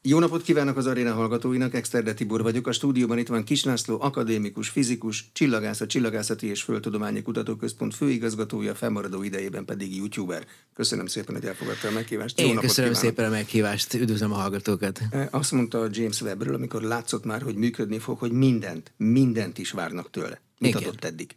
Jó napot kívánok az aréna hallgatóinak, Exterde Tibor vagyok. A stúdióban itt van Kiss László, akadémikus, fizikus, csillagászat, Csillagászati és Földtudományi Kutatóközpont főigazgatója, fennmaradó idejében pedig youtuber. Köszönöm szépen, hogy elfogadta a meghívást. Én köszönöm szépen a meghívást, üdvözlöm a hallgatókat. Azt mondta James Webbről, amikor látszott már, hogy működni fog, hogy mindent is várnak tőle. Mit adott eddig?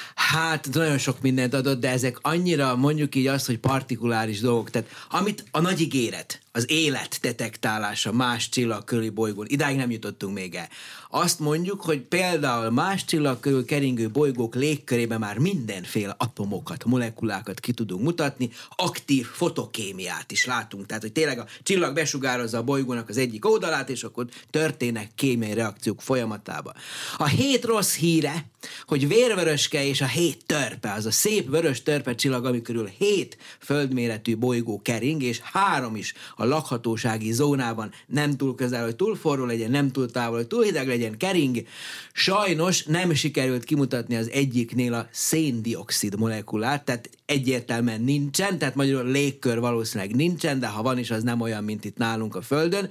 Hát nagyon sok mindent adott, de ezek annyira, mondjuk így azt, hogy partikuláris dolgok. Tehát amit a nagy ígéret, az élet detektálása más csillag körüli bolygón, idáig nem jutottunk még el. Azt mondjuk, hogy például más csillag körül keringő bolygók légkörében már mindenféle atomokat, molekulákat ki tudunk mutatni, aktív fotokémiát is látunk. Tehát, hogy tényleg a csillag besugározza a bolygónak az egyik oldalát, és akkor történnek kémiai reakciók folyamatában. A 7 rossz híre, hogy vérvöröske és a 7 törpe, az a szép vörös törpe csillag, ami körül 7 földméretű bolygó kering, és 3 is a lakhatósági zónában, nem túl közel, hogy túl forró legyen, nem túl távol, hogy túl hideg legyen, kering. Sajnos nem sikerült kimutatni az egyiknél a széndioxid molekulát, tehát egyértelműen nincsen, tehát magyarul légkör valószínűleg nincsen, de ha van is, az nem olyan, mint itt nálunk a Földön.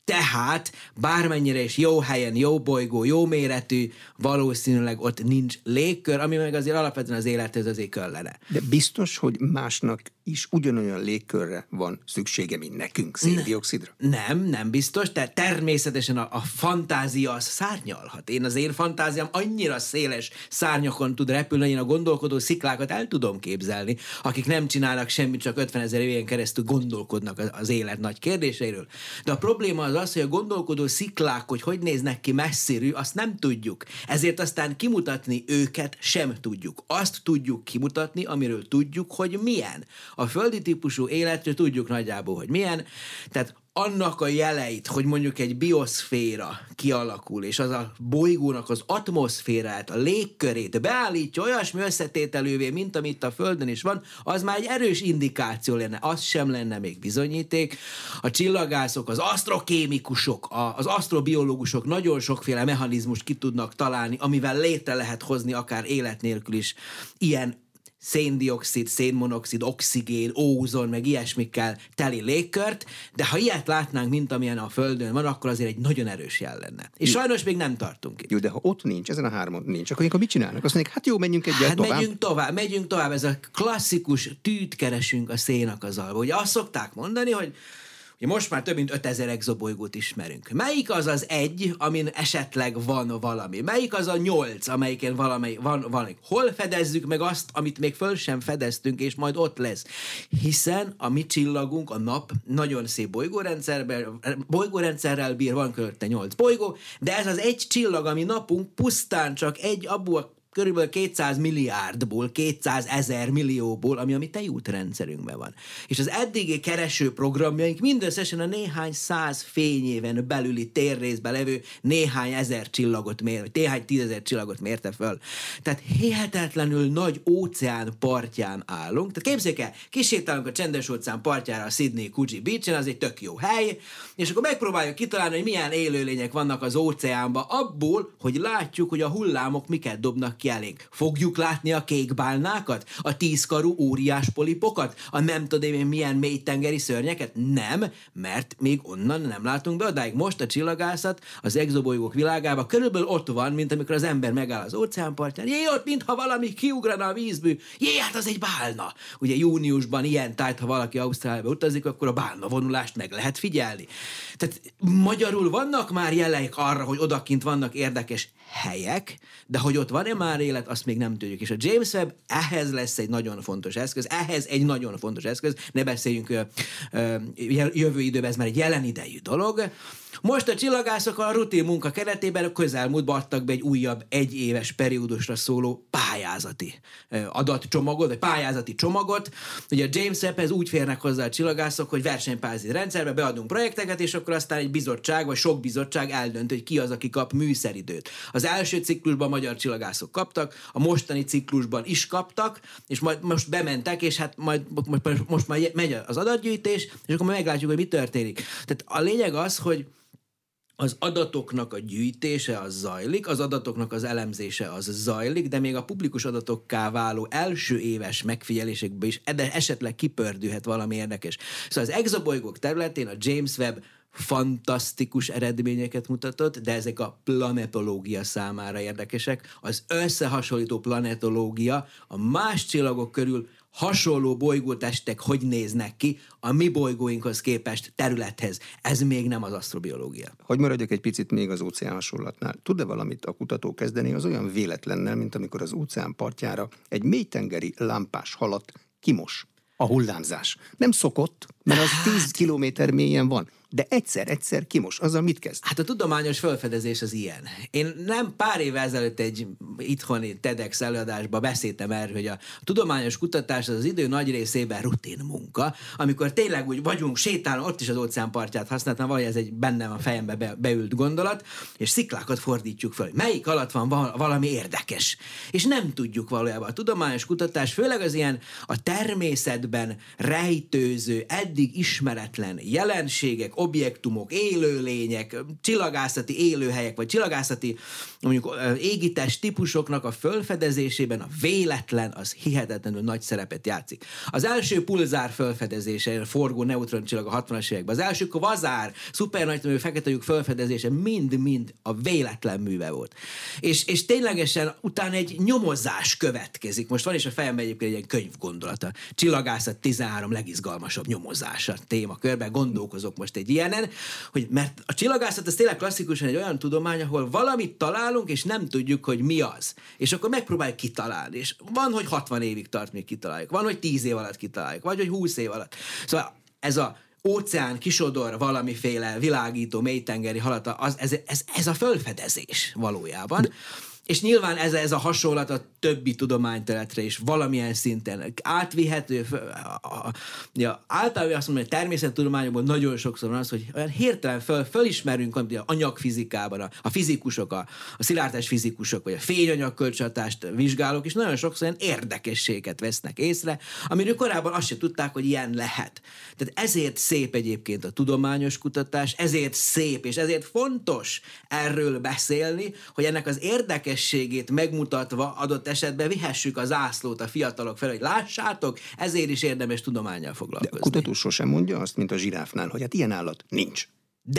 Tehát bármennyire is jó helyen, jó bolygó, jó méretű, valószínűleg ott nincs légkör, ami meg azért alapvetően az élethez azért kellene. De biztos, hogy másnak is ugyanolyan légkörre van szüksége, mint nekünk, széndioxidra? Nem biztos, de természetesen a fantázia az szárnyalhat. Az én fantáziám annyira széles szárnyakon tud repülni, én a gondolkodó sziklákat el tudom képzelni, akik nem csinálnak semmit, csak 50 000 éven keresztül gondolkodnak az élet nagy kérdéseiről. De a probléma az, hogy a gondolkodó sziklák, hogy néznek ki messziről, azt nem tudjuk. Ezért aztán kimutatni őket sem tudjuk. Azt tudjuk kimutatni, amiről tudjuk, hogy milyen. A földi típusú életről tudjuk nagyjából, hogy milyen. Tehát annak a jeleit, hogy mondjuk egy bioszféra kialakul, és az a bolygónak az atmoszférát, a légkörét beállítja olyasmi összetételővé, mint amit a Földön is van, az már egy erős indikáció lenne, az sem lenne még bizonyíték. A csillagászok, az asztrokémikusok, az asztrobiológusok nagyon sokféle mechanizmust ki tudnak találni, amivel létre lehet hozni akár élet nélkül is ilyen széndioxid, szénmonoxid, oxigén, ózon, meg ilyesmikkel teli légkört, de ha ilyet látnánk, mint amilyen a Földön van, akkor azért egy nagyon erős jel lenne. És sajnos még nem tartunk itt. Jó, de ha ott nincs, ezen a 3 nincs, akkor mit csinálnak? Azt mondják, hát jó, menjünk egyet tovább. Megyünk tovább. Ez a klasszikus tűt keresünk a szénakazalba. Ugye azt szokták mondani, hogy most már több mint 5000 exobolygót ismerünk. Melyik az az 1, amin esetleg van valami? Melyik az a 8, amelyiken van valami? Hol fedezzük meg azt, amit még föl sem fedeztünk, és majd ott lesz? Hiszen a mi csillagunk, a nap nagyon szép bolygórendszerrel bír, van körülötte 8 bolygó, de ez az egy csillag, ami napunk pusztán csak egy, abból körülbelül 200 milliárdból, 200 000 millióból, ami a mi tejútrendszerünkben van. És az eddigi kereső programjaink mindösszesen a néhány 100 fényéven belüli térrészben levő néhány 1000 csillagot néhány 10 000 csillagot mérte föl. Tehát hihetetlenül nagy óceán partján állunk. Tehát képzeljék el, kisétálunk a csendes óceán partjára a Sydney Coogee Beach-en, az egy tök jó hely, és akkor megpróbáljuk kitalálni, hogy milyen élőlények vannak az óceánban, abból, hogy látjuk, hogy a hullámok miket dobnak ki elénk. Fogjuk látni a kékbálnákat? A 10 karú óriás polipokat? A nem tudom én milyen mélytengeri szörnyeket? Nem, mert még onnan nem látunk be odáig. Most a csillagászat az exobolygók világában körülbelül ott van, mint amikor az ember megáll az óceánpartján. Ott mintha valami kiugrana a vízből. Hát az egy bálna. Ugye júniusban ilyen tájt, ha valaki Ausztráliába utazik, akkor a bálna vonulást meg lehet figyelni. Tehát magyarul vannak már jeleik arra, hogy odakint vannak érdekes helyek, de hogy ott van-e már élet, azt még nem tudjuk. És a James Webb ehhez lesz egy nagyon fontos eszköz, ne beszéljünk jövő időben, ez már egy jelen idejű dolog. Most a csillagászok a rutin munka keretében a közelmúltban adtak be egy újabb 1 éves periódusra szóló pályázati adatcsomagot, vagy pályázati csomagot. Ugye a James Webbhez úgy férnek hozzá a csillagászok, hogy versenypályázati rendszerbe beadunk projekteket, és akkor aztán egy bizottság, vagy sok bizottság eldönt, hogy ki az, aki kap műszeridőt. Az első ciklusban magyar csillagászok kaptak, a mostani ciklusban is kaptak, és most bementek, és hát most már megy az adatgyűjtés, és akkor meglátjuk, hogy mi történik. Tehát a lényeg az, hogy az adatoknak a gyűjtése az zajlik, az adatoknak az elemzése az zajlik, de még a publikus adatokká váló első éves megfigyelésekből is esetleg kipördülhet valami érdekes. Szóval az exobolygók területén a James Webb fantasztikus eredményeket mutatott, de ezek a planetológia számára érdekesek. Az összehasonlító planetológia a más csillagok körül hasonló bolygótestek hogy néznek ki a mi bolygóinkhoz képest területhez. Ez még nem az asztrobiológia. Hogy maradjak egy picit még az óceán hasonlatnál. Tud-e valamit a kutató kezdeni az olyan véletlennel, mint amikor az óceán partjára egy mélytengeri lámpás halat kimos a hullámzás? Nem szokott, mert az 10 kilométer mélyen van, de egyszer kimos. Azzal mit kezd? Hát a tudományos felfedezés az ilyen. Én nem pár évvel ezelőtt egy itthoni TEDx előadásban beszéltem erről, hogy a tudományos kutatás az idő nagy részében rutin munka, amikor tényleg úgy vagyunk, sétálunk, ott is az óceánpartját használtam, vagy ez egy bennem a fejembe beült gondolat, és sziklákat fordítjuk föl. Melyik alatt van valami érdekes? És nem tudjuk valójában. A tudományos kutatás, főleg az ilyen a természetben rejtőző, eddig ismeretlen jelenségek, objektumok, élőlények, csillagászati élőhelyek, vagy csillagászati mondjuk égitest típusoknak a fölfedezésében a véletlen az hihetetlenül nagy szerepet játszik. Az első pulzár fölfedezése, a forgó neutroncsillag a 60-as években, az első kvazár, szupernagytömegű fekete lyuk fölfedezése mind-mind a véletlen műve volt. És ténylegesen utána egy nyomozás következik. Most van is a fejemben egyébként egy ilyen könyvgondolata. Csillagászat 13 legizgalmasabb nyomozása témakörben, gondolkozok most egy ilyenen, hogy mert a csillagászat az tényleg klasszikusan egy olyan tudomány, ahol valamit találunk, és nem tudjuk, hogy mi az. És akkor megpróbáljuk kitalálni. És van, hogy 60 évig tart, még kitaláljuk. Van, hogy 10 év alatt kitaláljuk. Vagy, hogy 20 év alatt. Szóval ez a óceán kisodor valamiféle világító mélytengeri halata, ez a fölfedezés valójában. És nyilván ez a hasonlat a többi tudományterületre is valamilyen szinten átvihető. Általában azt mondom, hogy a természettudományokban nagyon sokszor van az, hogy olyan hirtelen fölismerünk, amit a anyagfizikában a fizikusok, a szilárdtest fizikusok, vagy a fényanyag kölcsönhatást vizsgálók, és nagyon sokszor olyan érdekességet vesznek észre, amiről korábban azt sem tudták, hogy ilyen lehet. Tehát ezért szép egyébként a tudományos kutatás, ezért szép, és ezért fontos erről beszélni, hogy ennek az érdekességét megmutatva adott esetben vihessük az zászlót a fiatalok fel, hogy lássátok, ezért is érdemes tudománnyal foglalkozni. De a kutató sosem mondja azt, mint a zsiráfnál, hogy hát ilyen állat nincs.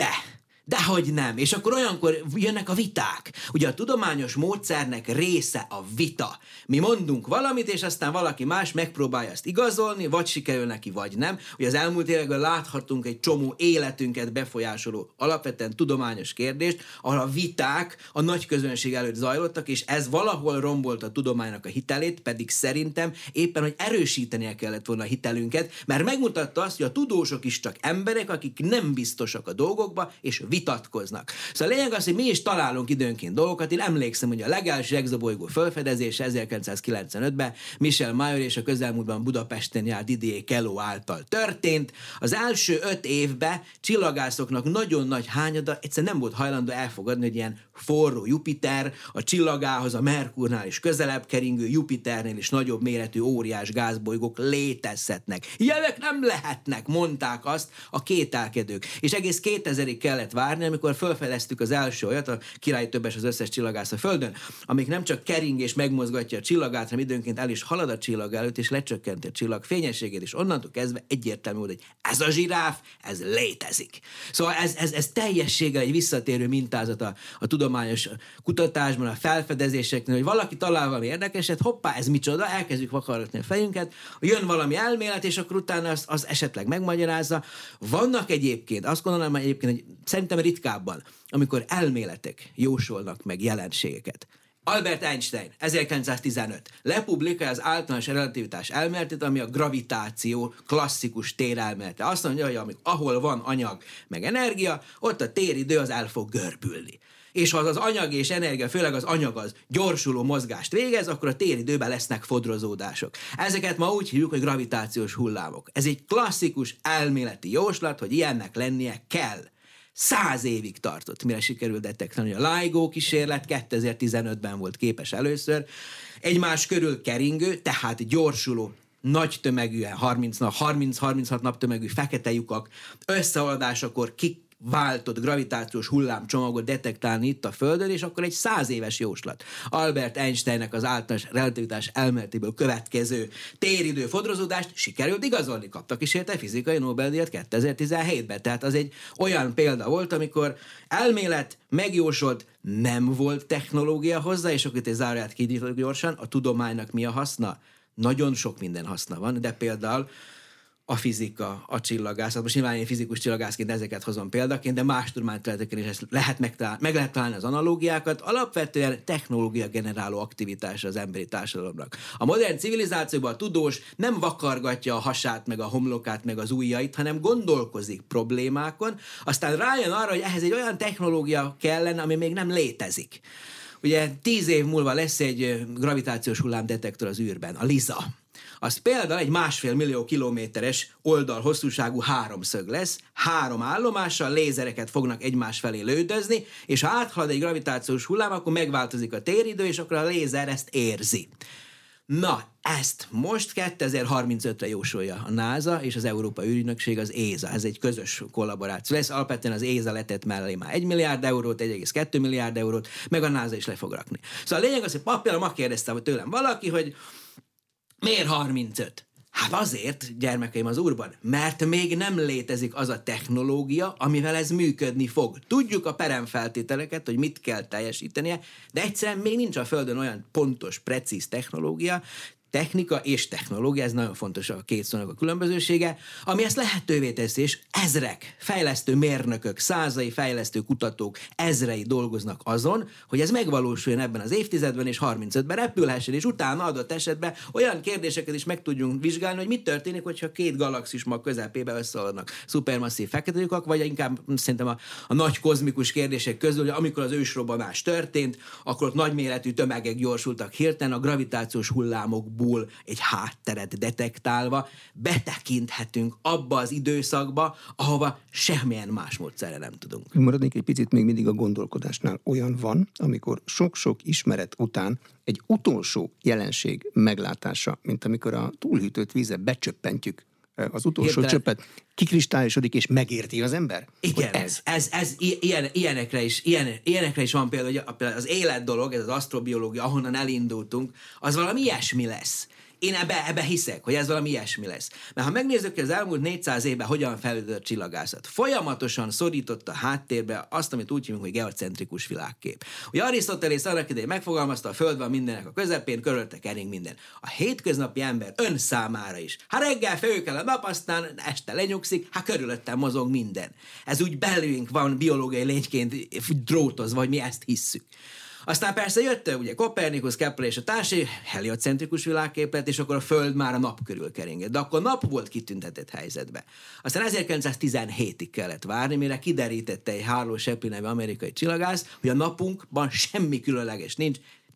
Dehogy nem. És akkor olyankor jönnek a viták. Ugye a tudományos módszernek része a vita. Mi mondunk valamit, és aztán valaki más megpróbálja ezt igazolni, vagy sikerül neki, vagy nem. Ugye az elmúlt években láthattunk egy csomó életünket befolyásoló alapvetően tudományos kérdést, ahol a viták a nagy közönség előtt zajlottak, és ez valahol rombolt a tudománynak a hitelét, pedig szerintem éppen, hogy erősítenie kellett volna a hitelünket, mert megmutatta azt, hogy a tudósok is csak emberek, akik nem biztosak a dolgokba, és vitatkoznak. Szóval a lényeg az, hogy mi is találunk időnként dolgokat. Én emlékszem, hogy a legelső exobolygó felfedezése 1995-ben Michel Mayor és a közelmúltban Budapesten járt Didier Queloz által történt. Az első 5 évben csillagászoknak nagyon nagy hányada egyszerűen nem volt hajlandó elfogadni, hogy ilyen forró Jupiter, a csillagához a Merkurnál is közelebb keringő Jupiternél is nagyobb méretű óriás gázbolygók létezhetnek. Ilyenek nem lehetnek, mondták azt a kételkedők. És egész 2000-ig kellett várni, amikor felfedeztük az első olyat, a király többes az összes csillagász a Földön, amik nem csak kering és megmozgatja a csillagát, hanem időnként el is halad a csillag előtt, és lecsökkenti a csillag fényességét, és onnantól kezdve egyértelmű volt, hogy ez a zsiráf, ez létezik. Szóval ez teljességgel egy visszatérő mintázat a tudományos kutatásban, a felfedezéseknél, hogy valaki talál valami érdekeset, hoppá, ez micsoda, elkezdjük vakargatni a fejünket, jön valami elmélet, és akkor utána az esetleg megmagyarázza. Vannak egyébként, azt gondolom egyébként, hogy szerintem ritkábban, amikor elméletek jósolnak meg jelenségeket. Albert Einstein 1915 lepublikálja az általános relativitás elméletét, ami a gravitáció klasszikus térelmélete. Azt mondja, hogy ahol van anyag meg energia, ott a téridő az el fog görbülni. És ha az anyag és energia, főleg az anyag az gyorsuló mozgást végez, akkor a téridőben lesznek fodrozódások. Ezeket ma úgy hívjuk, hogy gravitációs hullámok. Ez egy klasszikus elméleti jóslat, hogy ilyennek lennie kell. 100 évig tartott, mire sikerült detektálni. A LIGO kísérlet 2015-ben volt képes először. Egymás körül keringő, tehát gyorsuló, nagy tömegűen, 30-36 naptömegű fekete lyukak összeoldásakor váltott gravitációs hullámcsomagot detektálni itt a Földön, és akkor egy 100 éves jóslat. Albert Einsteinnek az általános relativitás elméletéből következő téridő fodrozódást sikerült igazolni. Kaptak is érte fizikai Nobel-díjat 2017-ben. Tehát az egy olyan példa volt, amikor elmélet megjósolt, nem volt technológia hozzá, és akkor itt egy záróját kinyitok gyorsan, a tudománynak mi a haszna? Nagyon sok minden haszna van, de például a fizika, a csillagászat. Most nyilván én fizikus csillagászként ezeket hozom példaként, de más tudományterületeken is meg lehet találni az analógiákat. Alapvetően technológia generáló aktivitása az emberi társadalomnak. A modern civilizációban a tudós nem vakargatja a hasát, meg a homlokát, meg az ujjait, hanem gondolkozik problémákon, aztán rájön arra, hogy ehhez egy olyan technológia kellene, ami még nem létezik. Ugye 10 év múlva lesz egy gravitációs hullámdetektor az űrben, a LISA. Az például egy 1,5 millió kilométeres oldal hosszúságú háromszög lesz, 3 állomással lézereket fognak egymás felé lődözni, és ha áthalad egy gravitációs hullám, akkor megváltozik a téridő, és akkor a lézer ezt érzi. Na, ezt most 2035-re jósolja a NASA és az Európai űrügynökség, az ESA. Ez egy közös kollaboráció lesz. Alapvetően az ESA letett mellé már 1 milliárd eurót, 1,2 milliárd eurót, meg a NASA is le fog rakni. Szóval a lényeg az, hogy például ma kérdezte tőlem valaki, hogy miért 35? Hát azért, gyermekeim az Úrban, mert még nem létezik az a technológia, amivel ez működni fog. Tudjuk a peremfeltételeket, hogy mit kell teljesítenie, de egyszerűen még nincs a Földön olyan pontos, precíz technológia, technika és technológia, ez nagyon fontos a két szónak a különbözősége, ami ezt lehetővé teszi, és ezrek, fejlesztő mérnökök, százai fejlesztő kutatók, ezrei dolgoznak azon, hogy ez megvalósuljon ebben az évtizedben, és 35-ben repülhessen, és utána adott esetben olyan kérdéseket is meg tudjunk vizsgálni, hogy mit történik, hogyha két galaxis mag közepébe összeadnak szupermasszív fekete lyukak, vagy inkább szerintem a nagy kozmikus kérdések közül, hogy amikor az ősrobbanás történt, akkor ott nagyméretű tömegek gyorsultak hirtelen, a gravitációs hullámok egy hátteret detektálva betekinthetünk abba az időszakba, ahova semmilyen más módszerre nem tudunk. Maradnék egy picit még mindig a gondolkodásnál. Olyan van, amikor sok-sok ismeret után egy utolsó jelenség meglátása, mint amikor a túlhűtött vízbe becsöppentjük az utolsó csöppet, kikristályosodik és megérti az ember? Igen, ez ilyenekre is van például, hogy az élet dolog, ez az asztrobiológia, ahonnan elindultunk, az valami ilyesmi lesz. Én ebbe hiszek, hogy ez valami ilyesmi lesz. Mert ha megnézzük, hogy az elmúlt 400 évben hogyan fejlődött a csillagászat, folyamatosan szorította a háttérbe azt, amit úgy hívunk, hogy geocentrikus világkép. Ugye Arisztotelész annak idején megfogalmazta, a Föld van mindennek a közepén, körülötte kering minden. A hétköznapi ember ön számára is. Ha reggel felül kell a nap, aztán este lenyugszik, körülöttem mozog minden. Ez úgy belőlünk van biológiai lényként drótozva, vagy mi ezt hisszük. Aztán persze jött ugye Kopernikusz, Kepler és a társai, heliocentrikus világképlet, és akkor a Föld már a nap körül keringett. De akkor nap volt kitüntetett helyzetbe. Aztán 1917-ig kellett várni, mire kiderítette egy Harlow Shapley nevű amerikai csillagász, hogy a napunkban semmi különleges nincs,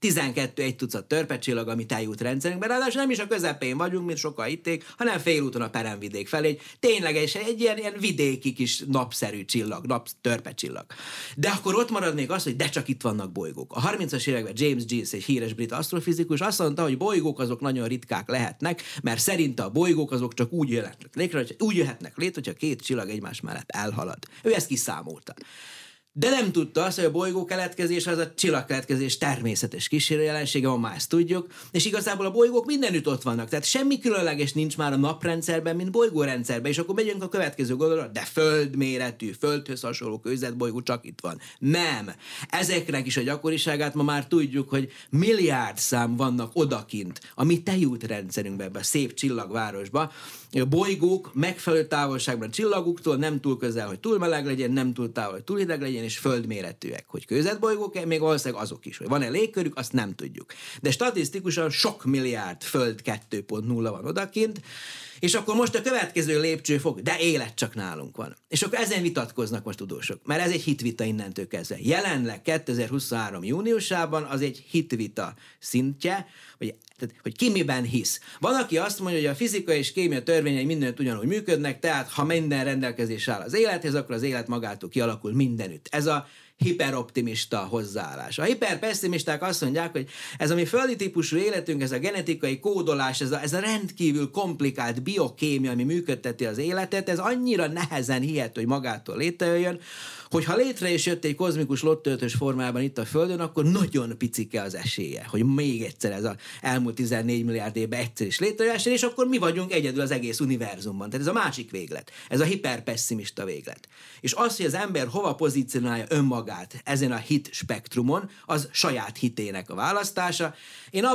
12 egy tucat törpecsillag, ami eljut rendszerünkben, ráadásul nem is a közepén vagyunk, mint sokan hitték, hanem félúton a peremvidék felé, ténylegesen egy ilyen vidéki kis napszerű csillag, törpecsillag. De akkor ott maradnék az, hogy de csak itt vannak bolygók. A 30-as években James Giles, egy híres brit asztrofizikus azt mondta, hogy bolygók azok nagyon ritkák lehetnek, mert szerinte a bolygók azok csak úgy jöhetnek létre, hogyha két csillag egymás mellett elhalad. Ő ezt kiszámolta. De nem tudta azt, hogy a bolygó keletkezés az a csillagkeletkezés természetes kísérő jelensége, ma már ezt tudjuk, és igazából a bolygók mindenütt ott vannak, tehát semmi különleges nincs már a naprendszerben, mint bolygórendszerben, és akkor megyünk a következő gondolatra, de földméretű, földhöz hasonló kőzetbolygó csak itt van. Nem. Ezeknek is a gyakoriságát ma már tudjuk, hogy milliárd szám vannak odakint, a mi tejútrendszerünkben, ebbe a szép csillagvárosba. A bolygók megfelelő távolságban a csillaguktól, nem túl közel, hogy túl meleg legyen, nem túl távol, hogy túl hideg legyen, és földméretűek. Hogy kőzetbolygók, még valószínűleg azok is. Hogy van-e légkörük, azt nem tudjuk. De statisztikusan sok milliárd föld 2.0 van odakint, és akkor most a következő lépcsőfok, de élet csak nálunk van. És akkor ezen vitatkoznak most tudósok, mert ez egy hitvita innentől kezdve. Jelenleg 2023. júniusában az egy hitvita szintje, hogy ki miben hisz. Van, aki azt mondja, hogy a fizika és kémia törvényei mindenütt ugyanúgy működnek, tehát ha minden rendelkezés áll az élethez, akkor az élet magától kialakul mindenütt. Ez a hiperoptimista hozzáállás. A hiperpesszimisták azt mondják, hogy ez a mi földi típusú életünk, ez a genetikai kódolás, ez a rendkívül komplikált biokémia, ami működteti az életet, ez annyira nehezen hihető, hogy magától létrejöjjön, hogy ha létre is jött egy kozmikus lottöltös formában itt a Földön, akkor nagyon picike az esélye, hogy még egyszer ez az elmúlt 14 milliárd évben egyszer is létrejöjjön, és akkor mi vagyunk egyedül az egész univerzumban. Tehát ez a másik véglet, ez a hiperpesszimista véglet. És az, hogy az ember hova pozícionálja önmagát ezen a hit spektrumon, az saját hitének a választása. Én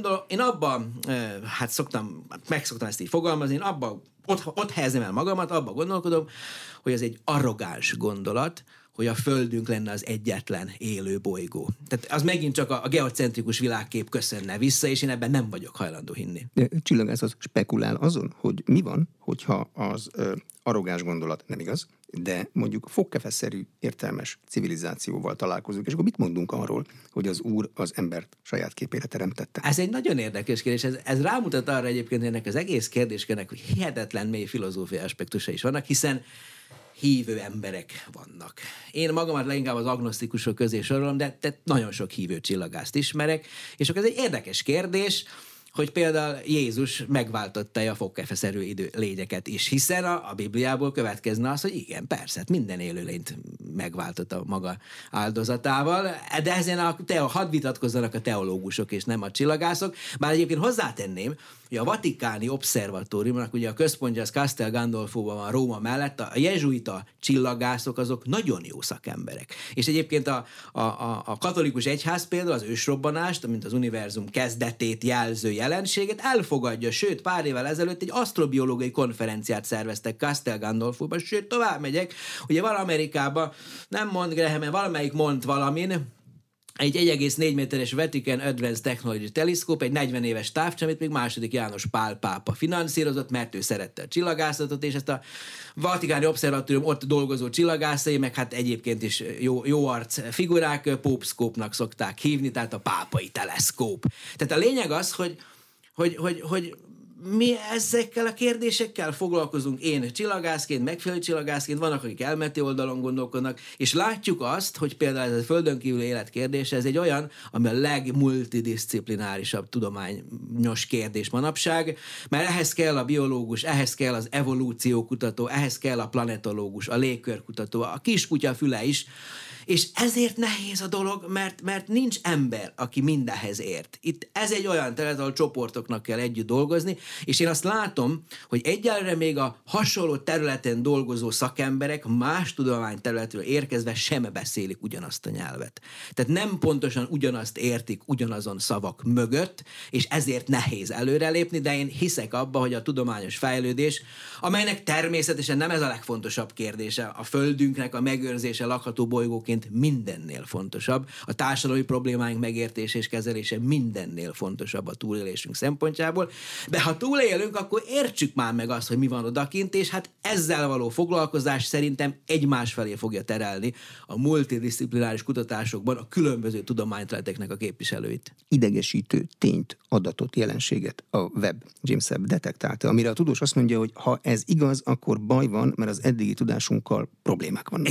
meg szoktam ezt így fogalmazni, én ott helyezem el magamat, abba gondolkodom, hogy ez egy arrogáns gondolat, hogy a Földünk lenne az egyetlen élő bolygó. Tehát az megint csak a geocentrikus világkép köszönne vissza, és én ebben nem vagyok hajlandó hinni. Csillagász az spekulál azon, hogy mi van, hogyha az arrogáns gondolat nem igaz, de mondjuk fogkefeszerű értelmes civilizációval találkozunk, és akkor mit mondunk arról, hogy az Úr az embert saját képére teremtette? Ez egy nagyon érdekes kérdés. Ez rámutat arra egyébként, ennek az egész kérdéskörnek, hogy hihetetlen mély filozófiai aspektusai is vannak, hiszen hívő emberek vannak. Én magamat leginkább az agnosztikusok közé sorolom, de nagyon sok hívő csillagászt ismerek, és akkor ez egy érdekes kérdés, hogy például Jézus megváltotta a fogkefeszerű lényeket is, hiszen a Bibliából következne az, hogy igen, persze, minden élőlényt megváltotta maga áldozatával, de ezen hadd vitatkozzanak a teológusok és nem a csillagászok, bár egyébként hozzátenném, hogy a Vatikáni Obszervatóriumnak ugye a központja az Castel Gandolfóban van, Róma mellett, a jezsuita csillagászok azok nagyon jó szakemberek. És egyébként a katolikus egyház például az ősrobbanást, mint az univerzum kezdetét jelző jelenséget elfogadja, sőt pár évvel ezelőtt egy asztrobiológiai konferenciát szerveztek Castel Gandolfóban, sőt tovább megyek, ugye van Amerikában, nem mond Graham, valamelyik mond valamin, egy 1,4 méteres Vatican Advanced Technology Telescope, egy 40 éves távcső, amit még II. János Pál pápa finanszírozott, mert ő szerette a csillagászatot, és ezt a Vatikáni Obszervatórium ott dolgozó csillagászai, meg hát egyébként is jó arc figurák, Popescope-nak szokták hívni, tehát a pápai teleszkóp. Tehát a lényeg az, hogy mi ezekkel a kérdésekkel foglalkozunk. Én csillagászként, megfelelő csillagászként, vannak, akik elméleti oldalon gondolkodnak, és látjuk azt, hogy például ez a földön kívüli élet kérdése, ez egy olyan, ami a legmultidisciplinárisabb tudományos kérdés manapság, mert ehhez kell a biológus, ehhez kell az evolúciókutató, ehhez kell a planetológus, a légkörkutató, a kiskutya füle is, és ezért nehéz a dolog, mert nincs ember, aki mindenhez ért. Itt ez egy olyan terület, ahol csoportoknak kell együtt dolgozni, és én azt látom, hogy egyelőre még a hasonló területen dolgozó szakemberek más tudományterületről érkezve sem beszélik ugyanazt a nyelvet. Tehát nem pontosan ugyanazt értik ugyanazon szavak mögött, és ezért nehéz előrelépni, de én hiszek abba, hogy a tudományos fejlődés, amelynek természetesen nem ez a legfontosabb kérdése, a Földünknek a megőrzése lakható bolygóként mindennél fontosabb, a társadalmi problémáink megértése és kezelése mindennél fontosabb a túlélésünk szempontjából, de ha túlélünk, akkor értsük már meg azt, hogy mi van odakint, és hát ezzel való foglalkozás szerintem egymás felé fogja terelni a multidisziplináris kutatásokban a különböző tudományterületeknek a képviselőit. Idegesítő tényt, adatot, jelenséget a James Webb detektálta, amire a tudós azt mondja, hogy ha ez igaz, akkor baj van, mert az eddigi tudásunkkal problémák vannak.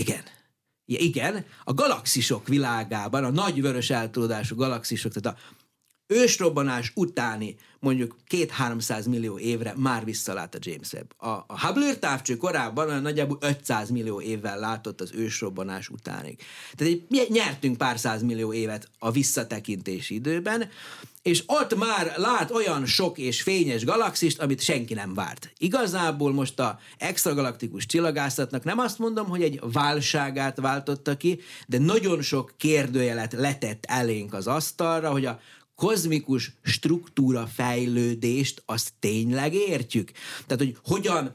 Igen, a galaxisok világában, a nagy vörös eltolódású galaxisok, tehát a ősrobbanás utáni mondjuk 200-300 millió évre már visszalát a James Webb. A Hubble űrtávcső korábban nagyjából 500 millió évvel látott az ősrobbanás utánig. Tehát nyertünk pár százmillió évet a visszatekintési időben, és ott már lát olyan sok és fényes galaxist, amit senki nem várt. Igazából most a extragalaktikus csillagászatnak nem azt mondom, hogy egy válságát váltotta ki, de nagyon sok kérdőjelet letett elénk az asztalra, hogy a kozmikus struktúra fejlődést azt tényleg értjük. Tehát, hogy hogyan,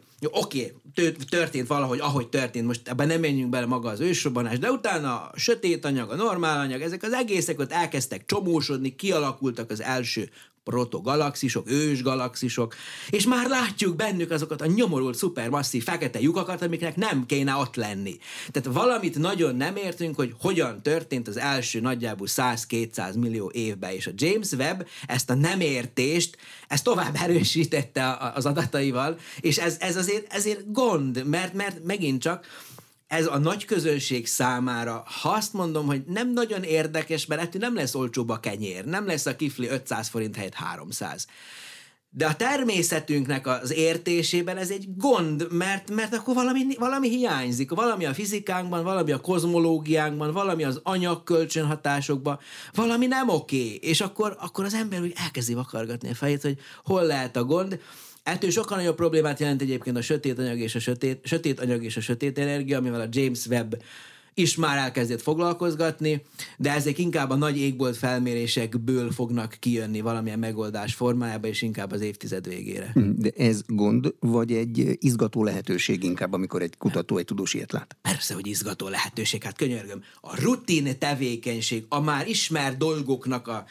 történt valahogy, ahogy történt, most ebben nem menjünk bele maga az ősrobbanás, de utána a sötét anyag, a normál anyag, ezek az egészek ott elkezdtek csomósodni, kialakultak az első protogalaxisok, ősgalaxisok, és már látjuk bennük azokat a nyomorult, szupermasszív fekete lyukakat, amiknek nem kéne ott lenni. Tehát valamit nagyon nem értünk, hogy hogyan történt az első nagyjából 100-200 millió évben, és a James Webb ezt a nem értést, ezt tovább erősítette az adataival, és ez azért gond, mert megint csak ez a nagy közönség számára, ha azt mondom, hogy nem nagyon érdekes, mert ettől nem lesz olcsóbb a kenyér, nem lesz a kifli 500 forint helyett 300. De a természetünknek az értésében ez egy gond, mert akkor valami hiányzik, valami a fizikánkban, valami a kozmológiánkban, valami az anyagkölcsönhatásokban, valami nem oké, és akkor az ember úgy elkezdi vakargatni a fejét, hogy hol lehet a gond. Ettől sokkal nagyobb problémát jelent egyébként a sötét anyag és a sötét energia, amivel a James Webb is már elkezdett foglalkozgatni, de ezek inkább a nagy égbolt felmérésekből fognak kijönni valamilyen megoldás formájába, és inkább az évtized végére. De ez gond, vagy egy izgató lehetőség inkább, amikor egy kutató, egy tudós ilyet lát? Persze, hogy izgató lehetőség, hát könyörgöm. A rutin tevékenység, a már ismert dolgoknak a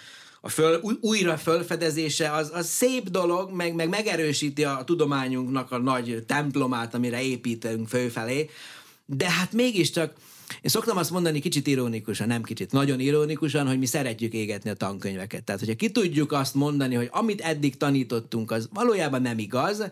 újra fölfedezése, az szép dolog, meg megerősíti a tudományunknak a nagy templomát, amire építünk fölfelé, de hát mégiscsak én szoktam azt mondani kicsit ironikusan, nem kicsit, nagyon ironikusan, hogy mi szeretjük égetni a tankönyveket. Tehát, hogyha ki tudjuk azt mondani, hogy amit eddig tanítottunk, az valójában nem igaz,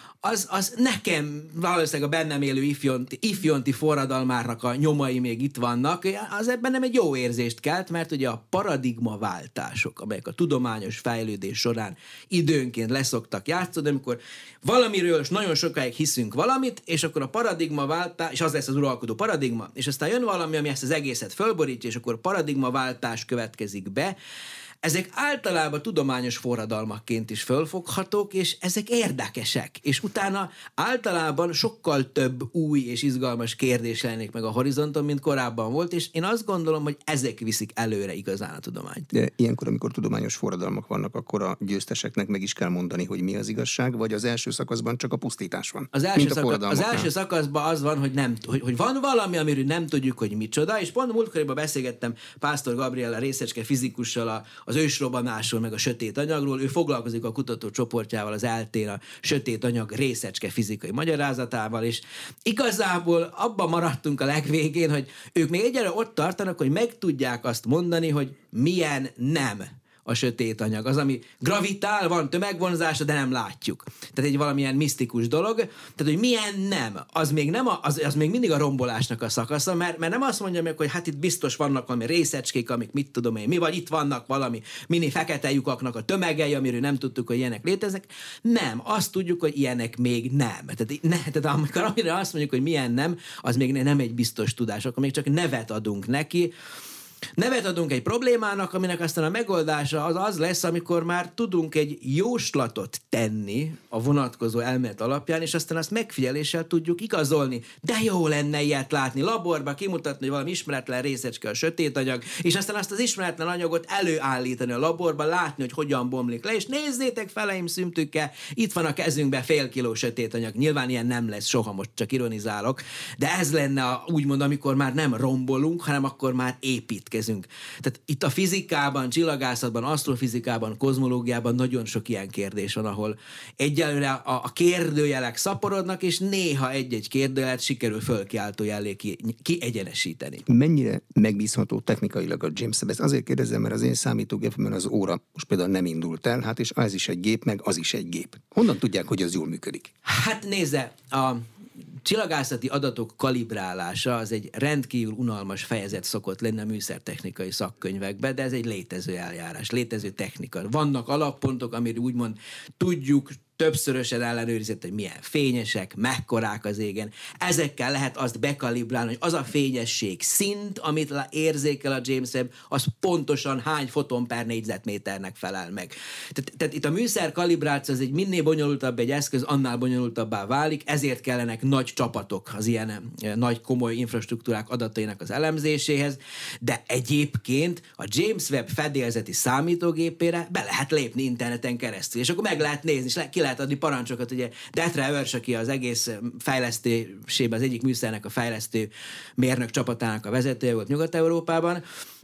az nekem valószínűleg a bennem élő ifjonti forradalmárnak a nyomai még itt vannak, az ebben nem egy jó érzést kelt, mert ugye a paradigmaváltások, amelyek a tudományos fejlődés során időnként leszoktak játszani, amikor valamiről nagyon sokáig hiszünk valamit, és akkor a paradigmaváltás, és az lesz az uralkodó paradigma, és aztán jön valami, ami ezt az egészet fölborítja, és akkor paradigmaváltás következik be. Ezek általában tudományos forradalmakként is fölfoghatók, és ezek érdekesek, és utána általában sokkal több új és izgalmas kérdés jelenik meg a horizonton, mint korábban volt, és én azt gondolom, hogy ezek viszik előre igazán a tudományt. De ilyenkor, amikor tudományos forradalmak vannak, akkor a győzteseknek meg is kell mondani, hogy mi az igazság, vagy az első szakaszban csak a pusztítás van? Az első szakaszban az van, hogy van valami, amiről nem tudjuk, hogy micsoda, és pont múltkoriban beszélgettem Pásztor Gabriella részecske fizikussal az ősrobbanásról, meg a sötét anyagról. Ő foglalkozik a kutatócsoportjával az ELTE-n a sötét anyag részecske fizikai magyarázatával, és igazából abban maradtunk a legvégén, hogy ők még egyre ott tartanak, hogy meg tudják azt mondani, hogy milyen nem a sötét anyag. Az, ami gravitál, van tömegvonzása, de nem látjuk. Tehát egy valamilyen misztikus dolog. Tehát, hogy milyen nem, az még, az még mindig a rombolásnak a szakasza, mert nem azt mondja meg, hogy hát itt biztos vannak valami részecskék, amik mit tudom én, mi, vagy itt vannak valami mini fekete lyukaknak a tömegei, amiről nem tudtuk, hogy ilyenek léteznek. Nem, azt tudjuk, hogy ilyenek még nem. Tehát amikor amire azt mondjuk, hogy milyen nem, az még nem egy biztos tudás, akkor még csak nevet adunk neki. Nevet adunk egy problémának, aminek aztán a megoldása az lesz, amikor már tudunk egy jóslatot tenni a vonatkozó elmélet alapján, és aztán azt megfigyeléssel tudjuk igazolni. De jó lenne ilyet látni, laborba kimutatni, hogy valami ismeretlen részecske a sötét anyag, és aztán azt az ismeretlen anyagot előállítani a laborba, látni, hogy hogyan bomlik le, és nézzétek feleim szümtükkel, itt van a kezünkben fél kiló sötét anyag. Nyilván ilyen nem lesz soha, most csak ironizálok, de ez lenne úgymond, amikor már nem rombolunk, hanem akkor már épít. Tehát itt a fizikában, csillagászatban, asztrofizikában, kozmológiában nagyon sok ilyen kérdés van, ahol egyelőre a kérdőjelek szaporodnak, és néha egy-egy kérdőjelet sikerül fölkiáltó jellé kiegyenesíteni. Mennyire megbízható technikailag a James Webb? Ezt azért kérdezem, mert az én számítógépemben az óra most például nem indult el, hát és ez is egy gép, meg az is egy gép. Honnan tudják, hogy az jól működik? Hát nézze, a csillagászati adatok kalibrálása az egy rendkívül unalmas fejezet szokott lenni a műszertechnikai szakkönyvekben, de ez egy létező eljárás, létező technika. Vannak alappontok, amiről úgymond tudjuk, többszörösen ellenőrizett, hogy milyen fényesek, mekkorák az égen. Ezekkel lehet azt bekalibrálni, hogy az a fényesség szint, amit érzékel a James Webb, az pontosan hány foton per négyzetméternek felel meg. Tehát itt a műszer kalibráció az egy minél bonyolultabb egy eszköz, annál bonyolultabbá válik, ezért kellenek nagy csapatok az ilyen nagy komoly infrastruktúrák adatainak az elemzéséhez, de egyébként a James Webb fedélzeti számítógépére be lehet lépni interneten keresztül, és akkor meg lehet nézni, és ki lehet adni parancsokat, ugye Detre Örs, aki az egész fejlesztésében az egyik műszernek a fejlesztő mérnök csapatának a vezetője volt Nyugat-Európában,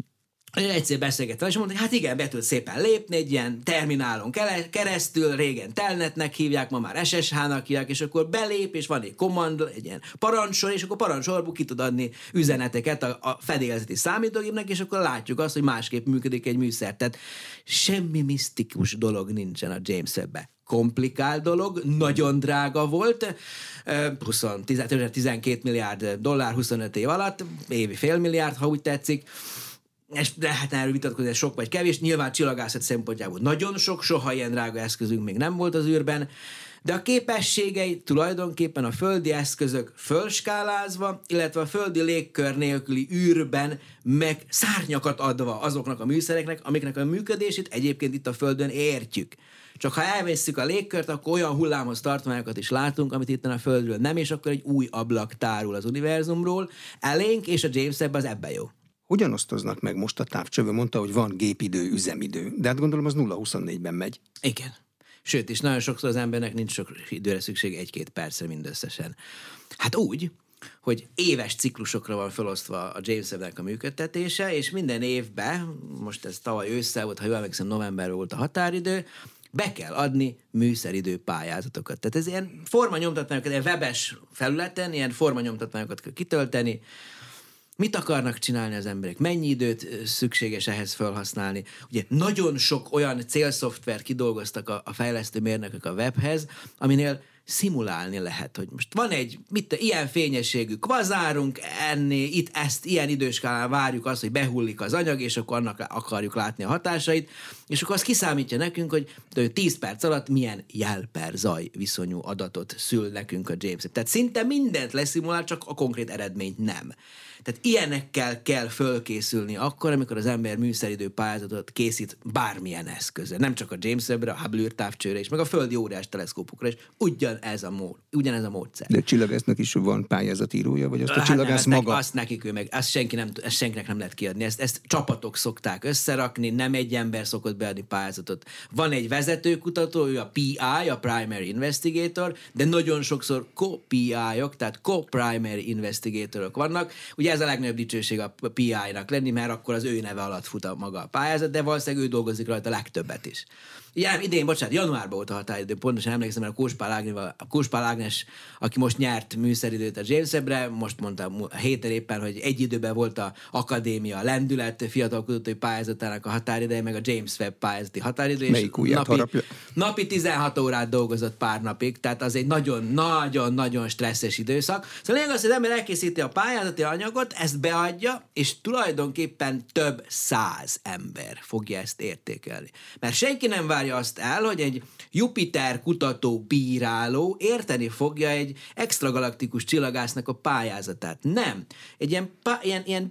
egyszer beszélgettem, és mondta, hogy hát igen, be tud szépen lépni egy ilyen terminálon keresztül, régen telnetnek hívják, ma már SSH-nak hívják, és akkor belép, és van egy command, egy ilyen parancsor, és akkor parancsorból ki tud adni üzeneteket a fedélzeti számítógépnek, és akkor látjuk azt, hogy másképp működik egy műszer. Tehát semmi misztikus dolog nincsen a James Webb-ben. komplikált dolog, nagyon drága volt, 12 milliárd dollár 25 év alatt, évi fél milliárd, ha úgy tetszik, és lehetne erről vitatkozni, ez sok vagy kevés, nyilván csillagászat szempontjából nagyon sok, soha ilyen drága eszközünk még nem volt az űrben, de a képességei tulajdonképpen a földi eszközök fölskálázva, illetve a földi légkör nélküli űrben meg szárnyakat adva azoknak a műszereknek, amiknek a működését egyébként itt a Földön értjük. Csak ha elvesszük a légkört, akkor olyan hullámos tartományokat is látunk, amit itt a Földről nem, és akkor egy új ablak tárul az univerzumról elénk, és a James Webb az ebben jó. Hogyan osztoznak meg most a távcsövő? Mondta, hogy van gépidő, üzemidő. De hát gondolom az 0-24-ben megy. Igen. Sőt, és nagyon sokszor az embernek nincs sok időre szükség, 1-2 percre mindösszesen. Hát úgy, hogy éves ciklusokra van felosztva a James Webb-nek a működtetése, és minden évben, most ez tavaly ősszel volt, ha jól emlékszem, novemberben volt a határidő, be kell adni műszeridő pályázatokat. Tehát ez ilyen formanyomtatványokat, ilyen webes felületen, ilyen formanyomtatványokat kell kitölteni. Mit akarnak csinálni az emberek? Mennyi időt szükséges ehhez felhasználni? Ugye nagyon sok olyan célszoftvert kidolgoztak a fejlesztő mérnökök a webhez, aminél szimulálni lehet, hogy most van egy ilyen fényességű kvazárunk, itt ezt ilyen időskálán várjuk azt, hogy behullik az anyag, és akkor annak akarjuk látni a hatásait, és akkor az kiszámítja nekünk, hogy 10 perc alatt milyen jel per zaj viszonyú adatot szül nekünk a James Webb. Tehát szinte mindent leszimulál, csak a konkrét eredményt nem. Tehát ilyenekkel kell fölkészülni akkor, amikor az ember műszeridő pályázatot készít bármilyen eszközre. Nem csak a James Webbre, a Hubble űrtávcsőre is, meg a földi óriás teleszkópokra is. Ugyanez a módszer. De a csillagásznak is van pályázatírója, vagy azt a csillagász maga? Azt nekik ő meg, ezt senkinek nem lehet kiadni. Ezt csapatok szokták összerakni, nem egy ember szokott beadni pályázatot. Van egy vezetőkutató, ő a PI, a Primary Investigator, de nagyon sokszor co-PI-ok, tehát co-Primary Investigatorok vannak. Ugye ez a legnagyobb dicsőség a PI-nak lenni, mert akkor az ő neve alatt fut a maga a pályázat, de valószínűleg ő dolgozik rajta a legtöbbet is. Idén, januárban volt a határidő, pontosan emlékszem, mert a Kóspál Ágnes, aki most nyert műszeridőt a James Webbre, most mondtam a héten éppen, hogy egy időben volt a Akadémia Lendület fiatal kutatói pályázatának a határideje, meg a James Webb pályázati határidő. Melyik ujját harapja? Napi 16 órát dolgozott pár napig, tehát az egy nagyon-nagyon stresszes időszak. Szóval lényeg az, hogy az ember elkészíti a pályázati anyagot, ezt beadja, és tulajdonképpen több 100 ember fogja ezt értékelni. Mert senki nem várja azt el, hogy egy Jupiter kutató bíráló érteni fogja egy extragalaktikus csillagásznak a pályázatát. Nem. Egy ilyen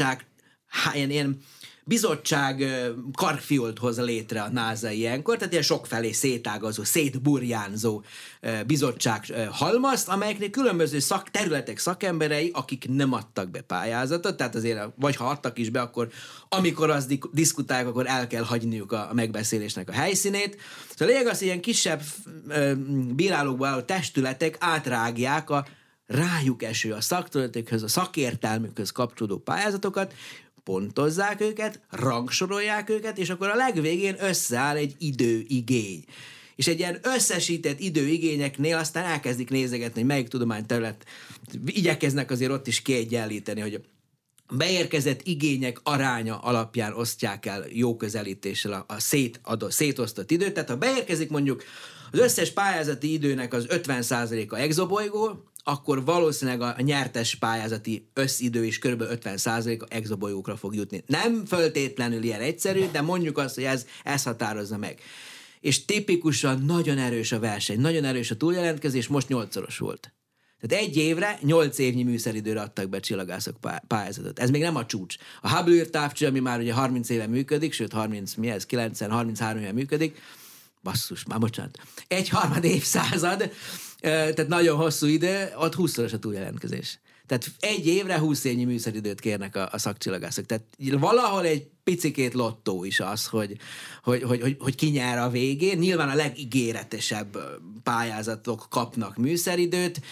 bizottság karfiolt hoz létre a NASA ilyenkor, tehát ilyen sokfelé szétágazó, szétburjánzó bizottság halmazt, amelyeknél különböző területek szakemberei, akik nem adtak be pályázatot, tehát azért, vagy ha adtak is be, akkor amikor azt diszkutálják, akkor el kell hagyniuk a megbeszélésnek a helyszínét. Szóval lényeg az, hogy ilyen kisebb bírálókból álló testületek átrágják a rájuk eső a szakterületekhöz, a szakértelmükhöz kapcsolódó pályázatokat, pontozzák őket, rangsorolják őket, és akkor a legvégén összeáll egy időigény. És egy ilyen összesített időigényeknél aztán elkezdik nézegetni, hogy melyik tudományterület, igyekeznek azért ott is kiegyenlíteni, hogy a beérkezett igények aránya alapján osztják el jó közelítéssel a szétosztott időt. Tehát ha beérkezik mondjuk az összes pályázati időnek az 50%-a exobolygó, akkor valószínűleg a nyertes pályázati összidő is kb. 50%-a exobolygókra fog jutni. Nem föltétlenül ilyen egyszerű, de mondjuk azt, hogy ez határozza meg. És tipikusan nagyon erős a verseny, nagyon erős a túljelentkezés, most 8-szoros volt. Tehát egy évre 8 évnyi műszeridőre adtak be csillagászok pályázatot. Ez még nem a csúcs. A Hubble űrtávcső, ami már ugye 30 éve működik, sőt 33 éve működik, basszus, már bocsánat, 1/3 évszázad, tehát nagyon hosszú idő, ott 20-szoros a túljelentkezés. Tehát egy évre 20 évnyi műszeridőt kérnek a szakcsillagászok. Tehát valahol egy picikét lottó is az, hogy ki nyer a végén. Nyilván a legígéretesebb pályázatok kapnak műszeridőt.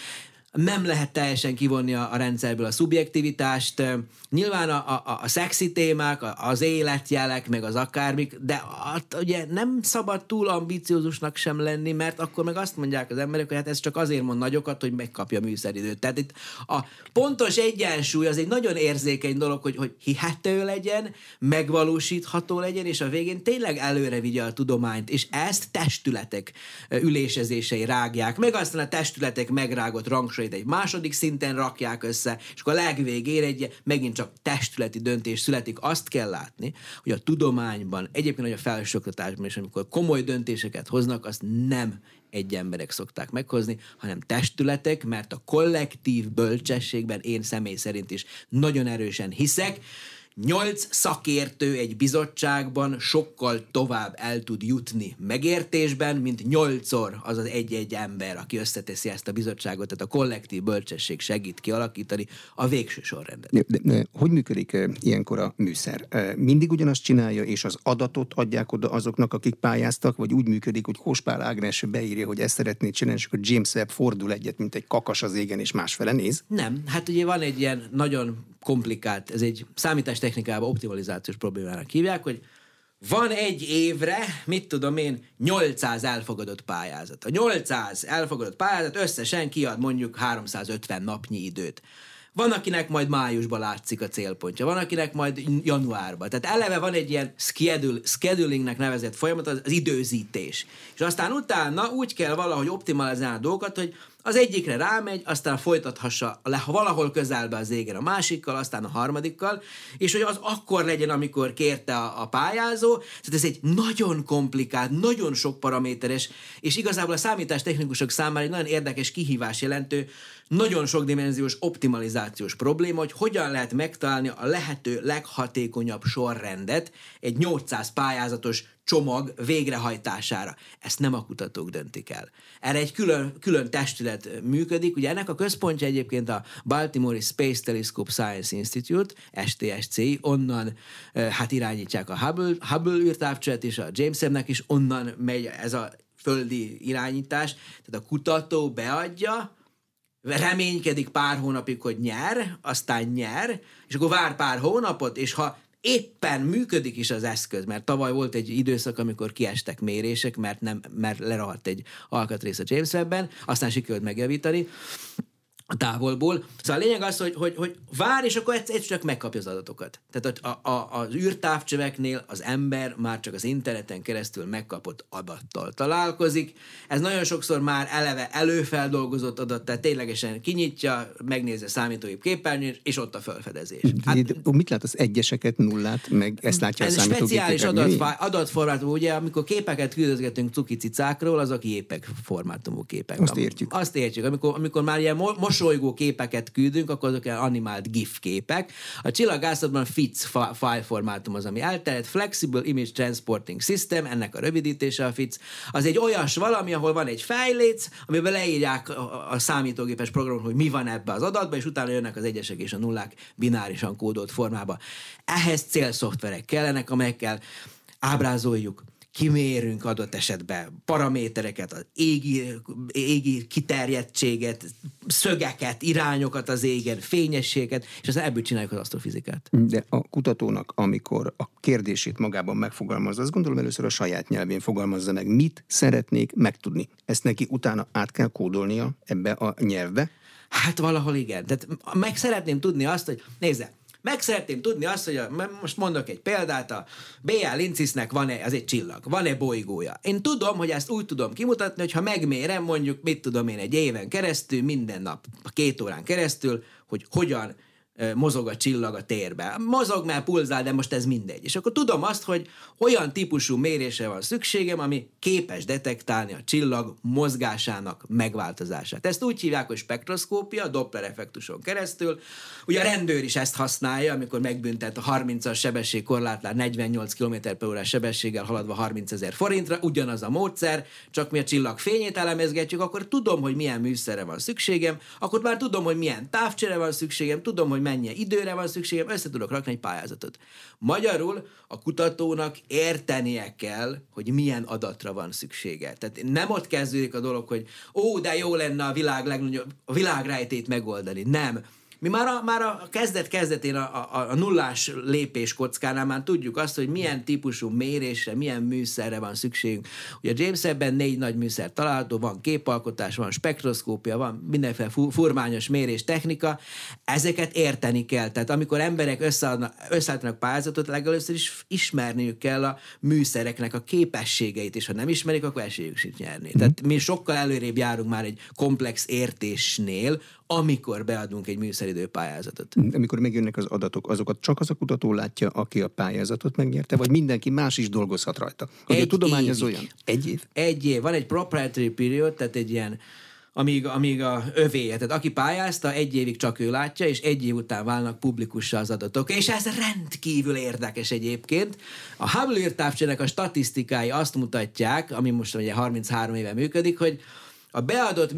nem lehet teljesen kivonni a rendszerből a szubjektivitást. Nyilván a szexi témák, az életjelek, meg az akármik, de ugye nem szabad túl ambiciózusnak sem lenni, mert akkor meg azt mondják az emberek, hogy hát ez csak azért mond nagyokat, hogy megkapja műszeridőt. Tehát itt a pontos egyensúly az egy nagyon érzékeny dolog, hogy hihető legyen, megvalósítható legyen, és a végén tényleg előre vigye a tudományt, és ezt testületek ülésezései rágják, meg aztán a testületek megrágott rangsor egy második szinten rakják össze, és akkor a legvégén megint csak testületi döntés születik. Azt kell látni, hogy a tudományban, egyébként hogy a felsőoktatásban is, amikor komoly döntéseket hoznak, azt nem egy emberek szokták meghozni, hanem testületek, mert a kollektív bölcsességben én személy szerint is nagyon erősen hiszek. 8 szakértő egy bizottságban sokkal tovább el tud jutni megértésben, mint 8-szor az az egy-egy ember, aki összeteszi ezt a bizottságot, tehát a kollektív bölcsesség segít kialakítani a végső sorrendet. De hogy működik ilyenkor a műszer? Mindig ugyanazt csinálja, és az adatot adják oda azoknak, akik pályáztak, vagy úgy működik, hogy Kospál Ágnes beírja, hogy ezt szeretnéd csinálni, és akkor James Webb fordul egyet, mint egy kakas az égen, és másfele néz? Nem, hát ugye van egy ilyen nagyon komplikált, ez egy számítástechnikában optimalizációs problémának hívják, hogy van egy évre, mit tudom én, 800 elfogadott pályázat. A 800 elfogadott pályázat összesen kiad mondjuk 350 napnyi időt. Van, akinek majd májusban látszik a célpontja, van, akinek majd januárban. Tehát eleve van egy ilyen schedulingnek nevezett folyamat, az időzítés. És aztán utána úgy kell valahogy optimalizálni a dolgokat, hogy az egyikre rámegy, aztán folytathassa valahol közelbe az égen a másikkal, aztán a harmadikkal, és hogy az akkor legyen, amikor kérte a pályázó. Tehát ez egy nagyon komplikált, nagyon sok paraméteres, és igazából a számítástechnikusok számára egy nagyon érdekes kihívás jelentő, nagyon sokdimenziós optimalizációs probléma, hogy hogyan lehet megtalálni a lehető leghatékonyabb sorrendet egy 800 pályázatos csomag végrehajtására. Ezt nem a kutatók döntik el. Erre egy külön testület működik. Ugye ennek a központja egyébként a Baltimore Space Telescope Science Institute, STSCI, onnan hát irányítják a Hubble űrtávcsövet, és a James Webb-nek is onnan megy ez a földi irányítás. Tehát a kutató beadja, reménykedik pár hónapig, hogy nyer, aztán nyer, és akkor vár pár hónapot, és ha éppen működik is az eszköz, mert tavaly volt egy időszak, amikor kiestek mérések, mert lerahadt egy alkatrész a James Webb-ben, aztán sikerült megjavítani a távolból. Szóval a lényeg az, hogy vár, és akkor egyszer csak megkapja az adatokat. Tehát az űrtávcsöveknél az ember már csak az interneten keresztül megkapott adattal találkozik. Ez nagyon sokszor már eleve előfeldolgozott adat, tehát ténylegesen kinyitja, megnézi a számítógép képernyőn, és ott a felfedezés. Hát, mit lát az egyeseket, nullát, meg ezt látja ez a számítógép speciális adatformátumú, ugye amikor képeket küldözgetünk cukicicákról, azok JPEG formátumú képek. Azt értjük. Amikor már ilyen mosolygó képeket küldünk, akkor azok animált GIF képek. A csillagászatban FITS file formátum az, ami elterjedt, Flexible Image Transporting System, ennek a rövidítése a FITS. Az egy olyas valami, ahol van egy fejléc, amiben leírják a számítógépes programon, hogy mi van ebbe az adatba, és utána jönnek az egyesek és a nullák binárisan kódolt formába. Ehhez célszoftverek kellenek, amelyekkel ábrázoljuk, kimérünk adott esetben paramétereket, az égi kiterjedtséget, szögeket, irányokat az égen, fényességet, és aztán ebből csináljuk az asztrofizikát. De a kutatónak, amikor a kérdését magában megfogalmazza, azt gondolom először a saját nyelvén fogalmazza meg, mit szeretnék megtudni. Ezt neki utána át kell kódolnia ebbe a nyelvbe? Hát valahol igen. Tehát meg szeretném tudni azt, hogy nézze, meg szeretném tudni azt, hogy most mondok egy példát, a B.A. Lincisnek az egy csillag, van-e bolygója. Én tudom, hogy ezt úgy tudom kimutatni, hogy ha megmérem mondjuk, mit tudom én, egy éven keresztül, minden nap, 2 órán keresztül, hogy hogyan mozog a csillag a térben. Mozog, mert pulzál, de most ez mindegy. És akkor tudom azt, hogy olyan típusú mérésre van szükségem, ami képes detektálni a csillag mozgásának megváltozását. Ezt úgy hívják, hogy spektroszkópia, Doppler effektuson keresztül. Ugye a rendőr is ezt használja, amikor megbüntet a 30-as sebességkorlátnál 48 km/h sebességgel haladva 30 000 forintra, ugyanaz a módszer, csak mi a csillag fényét elemezgetjük, akkor tudom, hogy milyen műszerre van szükségem, akkor már tudom, hogy milyen távcsere van szükségem, tudom, hogy hogy mennyi időre van szükségem, össze tudok rakni egy pályázatot. Magyarul a kutatónak értenie kell, hogy milyen adatra van szüksége. Tehát nem ott kezdődik a dolog, hogy de jó lenne a világrejtét megoldani. Nem. Mi már a kezdetén a nullás lépés kockánál már tudjuk azt, hogy milyen típusú mérésre, milyen műszerre van szükségünk. Ugye a James Webb-ben 4 nagy műszer található, van képalkotás, van spektroszkópia, van mindenféle furmányos mérés technika, ezeket érteni kell. Tehát amikor emberek összeállítanak pályázatot, legelőször is ismerniük kell a műszereknek a képességeit, és ha nem ismerik, akkor esélyük sincs nyerni. Tehát mi sokkal előrébb járunk már egy komplex értésnél, amikor beadunk egy műszeridő pályázatot. Amikor megjönnek az adatok, azokat csak az a kutató látja, aki a pályázatot megnyerte, vagy mindenki más is dolgozhat rajta? Hogy a tudomány az olyan? Egy év? Egy év. Van egy proprietary period, tehát egy ilyen, amíg a övéje. Tehát aki pályázta, 1 évig csak ő látja, és 1 év után válnak publikussá az adatok. És ez rendkívül érdekes egyébként. A Hubble űrtávcsének a statisztikái azt mutatják, ami most ugye 33 éve működik, hogy a beadott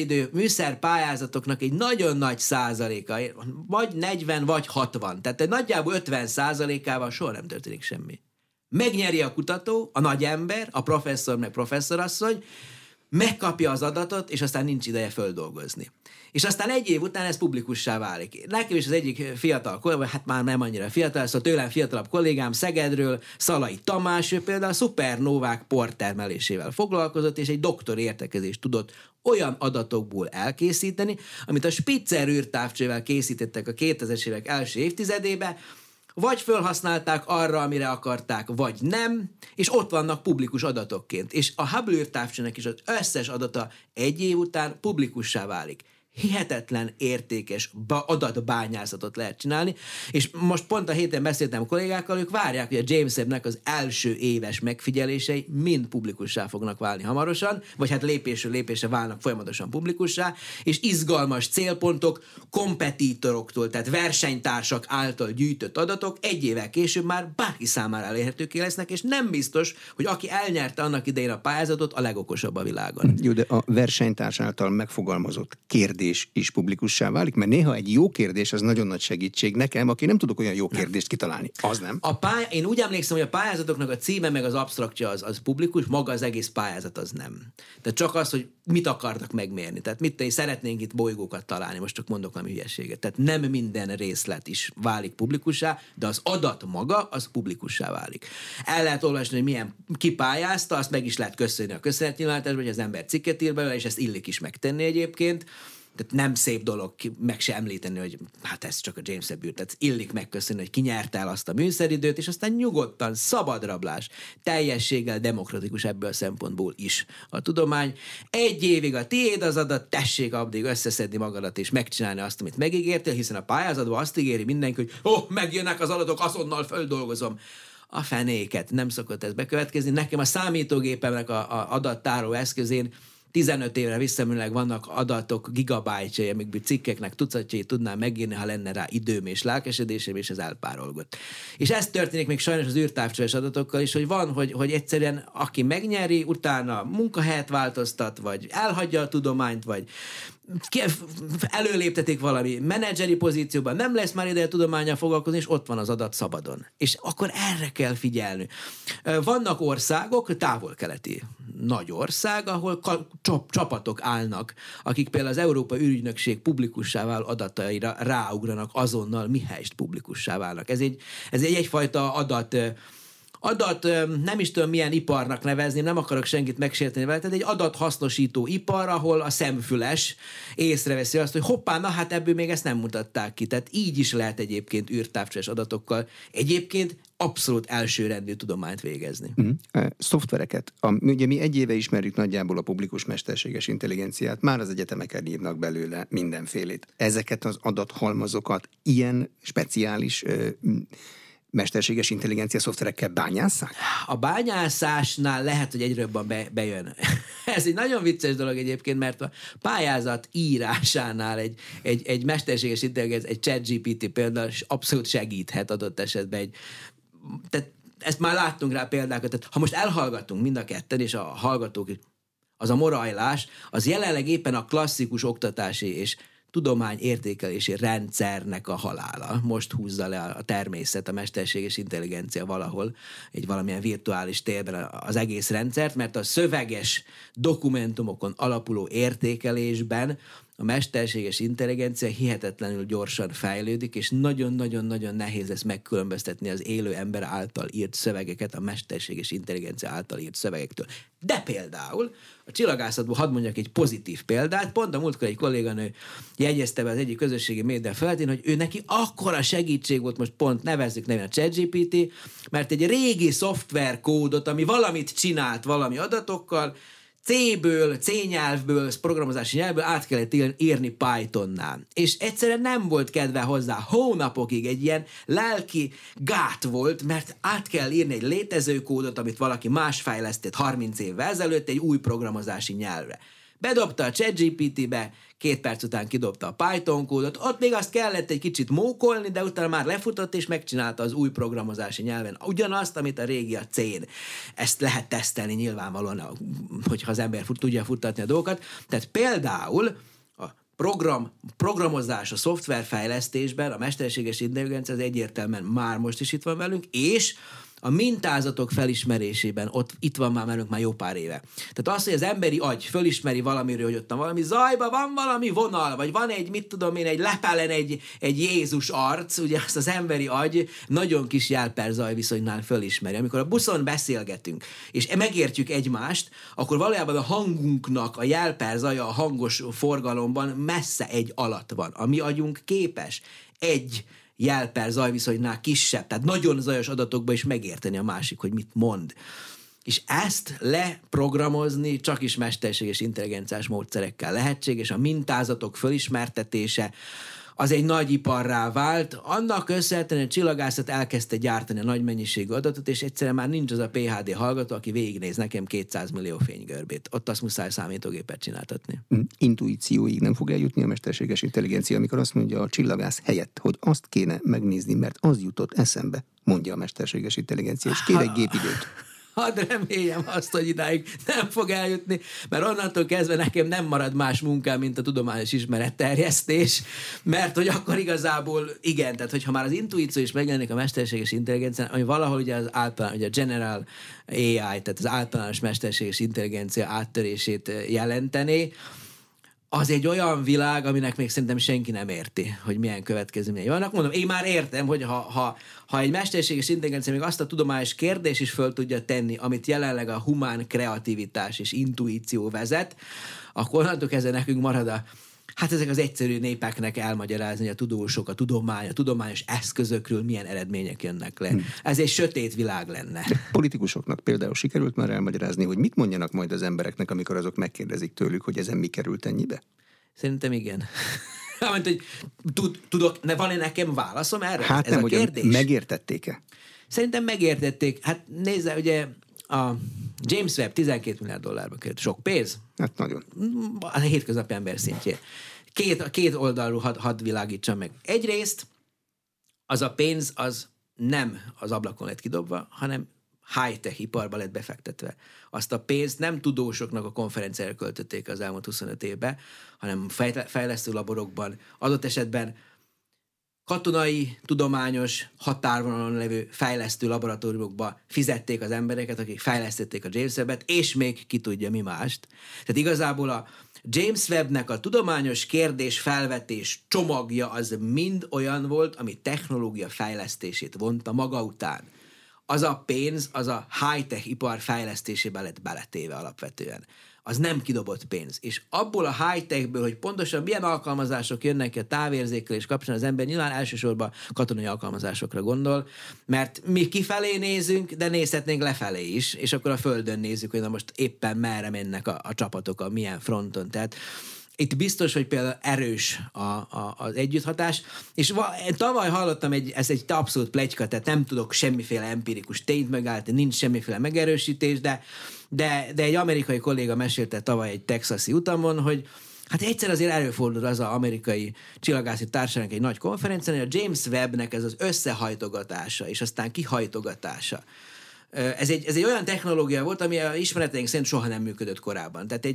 műszerpályázatoknak egy nagyon nagy százaléka, vagy 40, vagy 60, tehát egy nagyjából 50%-ával soha nem történik semmi. Megnyeri a kutató, a nagy ember, a professzor meg professzorasszony, megkapja az adatot, és aztán nincs ideje földolgozni. És aztán 1 év után ez publikussá válik. Nekem is az egyik fiatal kollégám, hát már nem annyira fiatal, szóval tőlem fiatalabb kollégám Szegedről, Szalai Tamás, ő például a szupernóvák portermelésével foglalkozott, és egy doktori értekezést tudott olyan adatokból elkészíteni, amit a Spitzer űrtávcsével készítettek a 2000-es évek első évtizedébe, vagy felhasználták arra, amire akarták, vagy nem, és ott vannak publikus adatokként. És a Hubble űrtávcsének is az összes adata 1 év után publikussá válik. Hihetetlen értékes adatbányászatot lehet csinálni, és most pont a héten beszéltem a kollégákkal, ők várják, hogy a James Webb-nek az első éves megfigyelései mind publikussá fognak válni hamarosan, vagy hát lépésről lépésre válnak folyamatosan publikussá, és izgalmas célpontok kompetítoroktól, tehát versenytársak által gyűjtött adatok 1 évvel később már bárki számára elérhetőké lesznek, és nem biztos, hogy aki elnyerte annak idején a pályázatot, a legokosabb a világon. Jó, de a versenytárs által megfogalmazott kérdés is publikussá válik, mert néha egy jó kérdés az nagyon nagy segítség nekem, aki nem tudok olyan jó kérdést kitalálni. Az nem. Én úgy emlékszem, hogy a pályázatoknak a címe meg az absztraktja az publikus, maga az egész pályázat az nem. Tehát csak az, hogy mit akartak megmérni. Tehát szeretnénk itt bolygókat találni, most csak mondok valami hülyeséget. Tehát nem minden részlet is válik publikussá, de az adat maga az publikussá válik. El lehet olvasni, hogy milyen kipályázta, azt meg is lehet köszönni a köszönetnyilvánításban, hogy az ember cikket ír belőle, és ezt illik is megtenni egyébként. Tehát nem szép dolog meg se említeni, hogy hát ez csak a James Webb űr, tehát illik megköszönni, hogy ki nyerte el azt a műszeridőt, és aztán nyugodtan, szabad rablás, teljességgel demokratikus ebből a szempontból is a tudomány. 1 évig a tiéd az adat, tessék addig összeszedni magadat és megcsinálni azt, amit megígértél, hiszen a pályázatban azt ígéri mindenki, hogy megjönnek az adatok, azonnal földolgozom. A fenéket, nem szokott ez bekövetkezni. Nekem a számítógépemnek a adattáró eszközén 15 évre visszamenőleg vannak adatok, gigabájtjai, amikből cikkeknek tucatjai tudnám megírni, ha lenne rá időm és lelkesedésem, és ez elpárolgott. És ez történik még sajnos az űrtávcsöves adatokkal is, hogy van, hogy egyszerűen aki megnyeri, utána munkahelyet változtat, vagy elhagyja a tudományt, vagy előléptetik valami menedzseri pozícióban, nem lesz már ideje tudománnyal foglalkozni, és ott van az adat szabadon. És akkor erre kell figyelni. Vannak országok, távol-keleti nagy ország, ahol csapatok állnak, akik például az Európai űrügynökség publikussá váló adataira ráugranak azonnal, mihelyest publikussá válnak. Ez egyfajta adat, nem is tudom milyen iparnak nevezni, nem akarok senkit megsérteni vele, tehát egy adathasznosító ipar, ahol a szemfüles észreveszi azt, hogy hoppá, na hát ebből még ezt nem mutatták ki. Tehát így is lehet egyébként űrtávcsöves adatokkal egyébként abszolút elsőrendű tudományt végezni. Szoftvereket. Ugye mi 1 éve ismerjük nagyjából a publikus mesterséges intelligenciát, már az egyetemeken írnak belőle mindenfélét. Ezeket az adathalmazokat ilyen speciális mesterséges intelligencia szoftverekkel bányásszák? A bányászásnál lehet, hogy egyre jobban bejön. Ez egy nagyon vicces dolog egyébként, mert a pályázat írásánál egy mesterséges intelligencia, egy ChatGPT például abszolút segíthet adott esetben. Tehát ezt már láttunk rá példákat. Tehát, ha most elhallgatunk mind a ketten, és a hallgatók, az a morajlás, az jelenleg éppen a klasszikus oktatási és tudományértékelési rendszernek a halála. Most húzza le a természet, a mesterséges intelligencia valahol, egy valamilyen virtuális térben az egész rendszert, mert a szöveges dokumentumokon alapuló értékelésben a mesterséges intelligencia hihetetlenül gyorsan fejlődik, és nagyon-nagyon-nagyon nehéz lesz megkülönböztetni az élő ember által írt szövegeket a mesterséges intelligencia által írt szövegektől. De például a csillagászatból hadd mondjak egy pozitív példát, pont a múltkor egy kolléganő jegyezte be az egyik közösségi média felületén, hogy ő neki akkora segítség volt, most pont nevezzük nevén a ChatGPT, mert egy régi szoftverkódot, ami valamit csinált valami adatokkal, C-ből, C-nyelvből, programozási nyelvből át kellett írni Pythonnál. És egyszerűen nem volt kedve hozzá. Hónapokig egy ilyen lelki gát volt, mert át kell írni egy létező kódot, amit valaki más fejlesztett 30 évvel ezelőtt egy új programozási nyelvre. Bedobta a ChatGPT-be, 2 perc után kidobta a Python kódot, ott még azt kellett egy kicsit mókolni, de utána már lefutott és megcsinálta az új programozási nyelven ugyanazt, amit a régi a C-n. Ezt lehet tesztelni nyilvánvalóan, hogyha az ember tudja futtatni a dolgokat. Tehát például a programozás, a szoftverfejlesztésben, a mesterséges intelligencia az egyértelműen már most is itt van velünk, és a mintázatok felismerésében itt van már velünk már jó pár éve. Tehát az, hogy az emberi agy fölismeri valamiről, hogy ott valami zajba van valami vonal, vagy van egy, mit tudom én, egy lepelen egy Jézus arc, ugye azt az emberi agy nagyon kis jelperzaj viszonynál fölismeri. Amikor a buszon beszélgetünk, és megértjük egymást, akkor valójában a hangunknak a jelperzaja a hangos forgalomban messze egy alatt van. A mi agyunk képes egy jel-per zajviszonynál kisebb, tehát nagyon zajos adatokban is megérteni a másik, hogy mit mond. És ezt leprogramozni csak is mesterséges intelligenciás módszerekkel lehetséges, a mintázatok fölismertetése az egy nagy iparrá vált, annak köszönhetően a csillagászat elkezdte gyártani a nagy mennyiségű adatot, és egyszerűen már nincs az a PhD hallgató, aki végignéz nekem 200 millió fénygörbét. Ott azt muszáj számítógépet csináltatni. Intuícióig nem fog eljutni a mesterséges intelligencia, amikor azt mondja a csillagász helyett, hogy azt kéne megnézni, mert az jutott eszembe, mondja a mesterséges intelligencia, és kér egy gépidőt. Hadd reméljem azt, hogy idáig nem fog eljutni, mert onnantól kezdve nekem nem marad más munkám, mint a tudományos ismeretterjesztés, mert hogy akkor igazából igen, tehát hogyha már az intuíció is megjelenik a mesterséges intelligencia, ami valahol ugye az általán, ugye a general AI, tehát az általános mesterséges intelligencia áttörését jelentené, az egy olyan világ, aminek még szerintem senki nem érti, hogy milyen következményei vannak. Mondom, én már értem, hogy ha egy mesterséges intelligencia még azt a tudományos kérdést is föl tudja tenni, amit jelenleg a humán kreativitás és intuíció vezet, akkor onnantól kezdve nekünk marad ezek az egyszerű népeknek elmagyarázni, hogy a tudósok, a tudományos eszközökről milyen eredmények jönnek le. Ez egy sötét világ lenne. Politikusoknak például sikerült már elmagyarázni, hogy mit mondjanak majd az embereknek, amikor azok megkérdezik tőlük, hogy ezen mi került ennyibe? Szerintem igen. Hogy van-e nekem válaszom erre? Hát ez nem, a kérdés? Megértették-e? Szerintem megértették. Hát nézze, ugye a James Webb 12 milliárd dollárba került. Sok pénz? Hát nagyon. A hétköznapi ember szintjén. Két oldalról hadd világítsam meg. Egyrészt az a pénz az nem az ablakon lett kidobva, hanem high-tech iparba lett befektetve. Azt a pénzt nem tudósoknak a konferenciára költötték az elmúlt 25 évben, hanem fejlesztő laborokban, adott esetben katonai, tudományos, határvonalon levő fejlesztő laboratóriumokba fizették az embereket, akik fejlesztették a James Webb-et, és még ki tudja mi mást. Tehát igazából a James Webb-nek a tudományos kérdés felvetés csomagja az mind olyan volt, ami technológia fejlesztését vonta maga után. Az a pénz, az a high-tech ipar fejlesztésében lett beletéve alapvetően. Az nem kidobott pénz. És abból a high-techből, hogy pontosan milyen alkalmazások jönnek ki a távérzékelés kapcsán, az ember nyilván elsősorban katonai alkalmazásokra gondol, mert mi kifelé nézünk, de nézhetnénk lefelé is, és akkor a Földön nézzük, hogy na most éppen merre mennek a csapatok, a milyen fronton. Tehát itt biztos, hogy például erős az együtthatás, és tavaly hallottam, ez egy abszolút pletyka, tehát nem tudok semmiféle empirikus tényt megállítani, nincs semmiféle megerősítés, de egy amerikai kolléga mesélte tavaly egy texasi utamon, hogy hát egyszer azért előfordul az amerikai csillagászi társaság egy nagy konferencián, hogy a James Webb-nek ez az összehajtogatása, és aztán kihajtogatása. Ez egy olyan technológia volt, ami a ismereteink szerint soha nem működött korábban. Tehát egy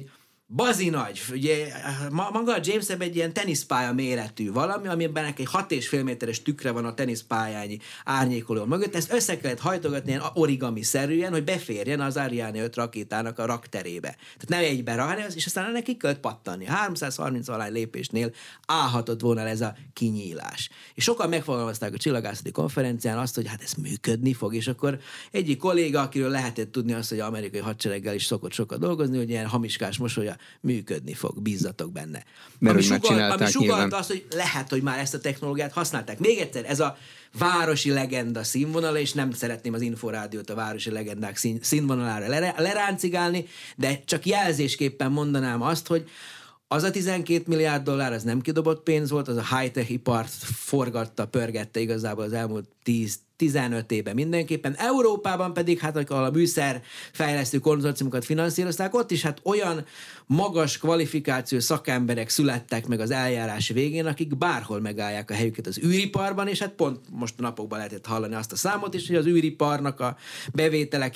bazi nagy, ugye maga a James Webb egy ilyen teniszpálya méretű valami, amiben egy 6,5 méteres tükre van a teniszpályányi árnyékoló mögött, ezt össze kellett hajtogatni ilyen origami-szerűen, hogy beférjen az Ariane 5 rakétának a rakterébe. Tehát nem egyben rakni, és aztán neki kellett pattanni. 330 valány lépésnél állhatott volna ez a kinyílás. És sokan megfogalmazták a csillagászati konferencián azt, hogy hát ez működni fog, és akkor egyik kolléga, akiről lehetett tudni azt, hogy az amerikai hadsereggel is szokott sokat dolgozni, hogy ilyen hamiskás mosolya működni fog, bízzatok benne. Mert ami sugalt azt, hogy lehet, hogy már ezt a technológiát használták. Még egyszer, ez a városi legenda színvonala, és nem szeretném az Inforádiót a városi legendák színvonalára leráncigálni, de csak jelzésképpen mondanám azt, hogy az a 12 milliárd dollár, az nem kidobott pénz volt, az a high-tech ipart forgatta, pörgette igazából az elmúlt 10-15 évben mindenképpen. Európában pedig, hát ahol a műszerfejlesztő konzorciumokat finanszírozták, ott is hát olyan magas kvalifikációs szakemberek születtek meg az eljárás végén, akik bárhol megállják a helyüket az űriparban, és hát pont most a napokban lehetett hallani azt a számot is, hogy az űriparnak a bevétele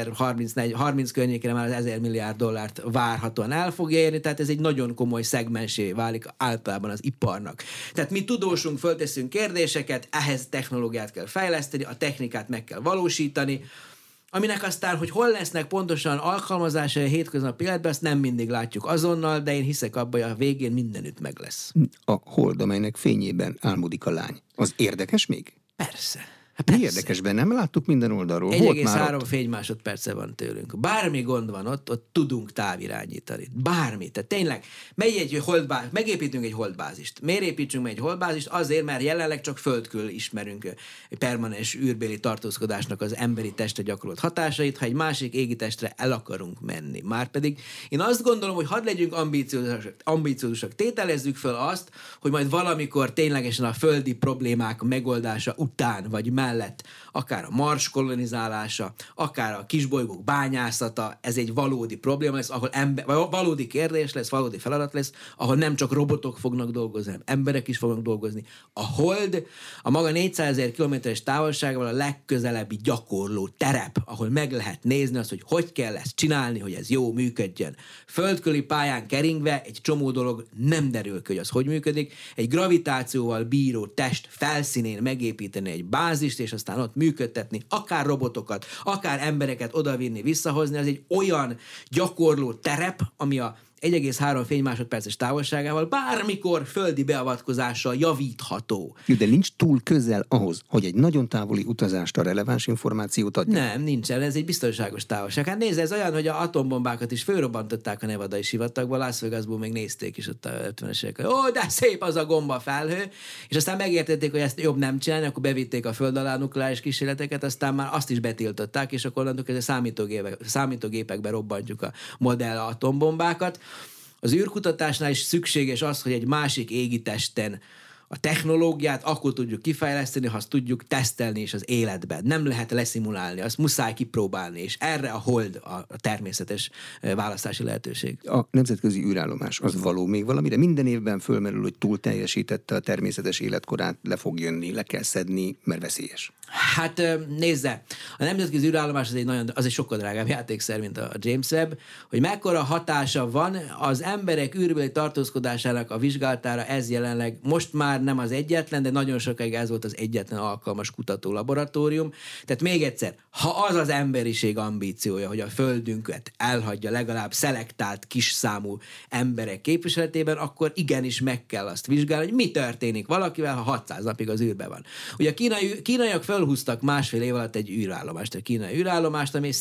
2030 környékére már az 1000 milliárd dollárt várhatóan el fogja érni, tehát ez egy nagyon komoly szegmensé válik általában az iparnak. Tehát mi tudósunk, fölteszünk kérdéseket, ehhez technológiát kell fejleszteni, a technikát meg kell valósítani, aminek aztán, hogy hol lesznek pontosan alkalmazásai a hétköznapi életben, azt nem mindig látjuk azonnal, de én hiszek abban, hogy a végén mindenütt meg lesz. A hold, amelynek fényében álmodik a lány, az érdekes még? Persze. Mi érdekes benne? Nem láttuk minden oldalról. 1,3 fénymásodperce van tőlünk. Bármi gond van ott tudunk távirányítani. Bármi. Tehát tényleg, megépítünk egy holdbázist. Miért építsünk meg egy holdbázist? Azért, mert jelenleg csak földkül ismerünk egy permanens űrbéli tartózkodásnak az emberi testre gyakorolt hatásait, ha egy másik égi testre el akarunk menni. Márpedig én azt gondolom, hogy hadd legyünk ambiciózusak. Tételezzük föl azt, hogy majd valamikor ténylegesen a földi problémák megoldása után, vagy mellett, akár a Mars kolonizálása, akár a kisbolygók bányászata, ez egy valódi probléma lesz, ahol valódi kérdés lesz, valódi feladat lesz, ahol nem csak robotok fognak dolgozni, hanem emberek is fognak dolgozni. A hold a maga 400 000 kilométeres távolságával a legközelebbi gyakorló terep, ahol meg lehet nézni azt, hogy kell ezt csinálni, hogy ez jó működjön. Földközi pályán keringve egy csomó dolog nem derül ki, hogy az hogy működik. Egy gravitációval bíró test felszínén megépíteni egy bázist, és aztán ott működtetni, akár robotokat, akár embereket odavinni, visszahozni, az egy olyan gyakorló terep, ami a 1,3 fénymásodperces távolságával bármikor földi beavatkozással javítható. Jó, de nincs túl közel ahhoz, hogy egy nagyon távoli utazást, a releváns információt adja? Nem, nincsen, ez egy biztonságos távolság. Hát nézd, ez olyan, hogy a atombombákat is fölrobbantották a nevadai sivatagba, Las Vegasból még nézték is ott a 50-es években. Ó, de szép az a gomba felhő, és aztán megértették, hogy ezt jobb nem csinálni, akkor bevitték a föld alá nukleáris kísérleteket, aztán már azt is betiltották, és akkor onnantól számítógépekbe robbantjuk a modell atombombákat. Az űrkutatásnál is szükséges az, hogy egy másik égitesten a technológiát akkor tudjuk kifejleszteni, ha azt tudjuk tesztelni is az életben. Nem lehet leszimulálni, azt muszáj kipróbálni, és erre a hold a természetes választási lehetőség. A nemzetközi űrállomás az való még valamire? Minden évben fölmerül, hogy túl teljesítette a természetes életkorát, le fog jönni, le kell szedni, mert veszélyes. Hát nézze, a nemzetközi űrállomás az egy sokkal drágább játékszer, mint a James Webb, hogy mekkora hatása van az emberek űrbéli tartózkodásának a vizsgálatára, ez jelenleg most már nem az egyetlen, de nagyon sokáig ez volt az egyetlen alkalmas kutató laboratórium. Tehát még egyszer, ha az az emberiség ambíciója, hogy a földünket elhagyja legalább szelektált kisszámú emberek képviseletében, akkor igenis meg kell azt vizsgálni, hogy mi történik valakivel, ha 600 napig az űrben van. Ugye a kínaiak fölhúztak másfél év alatt egy űrállomást, a kínai űrállomást, ami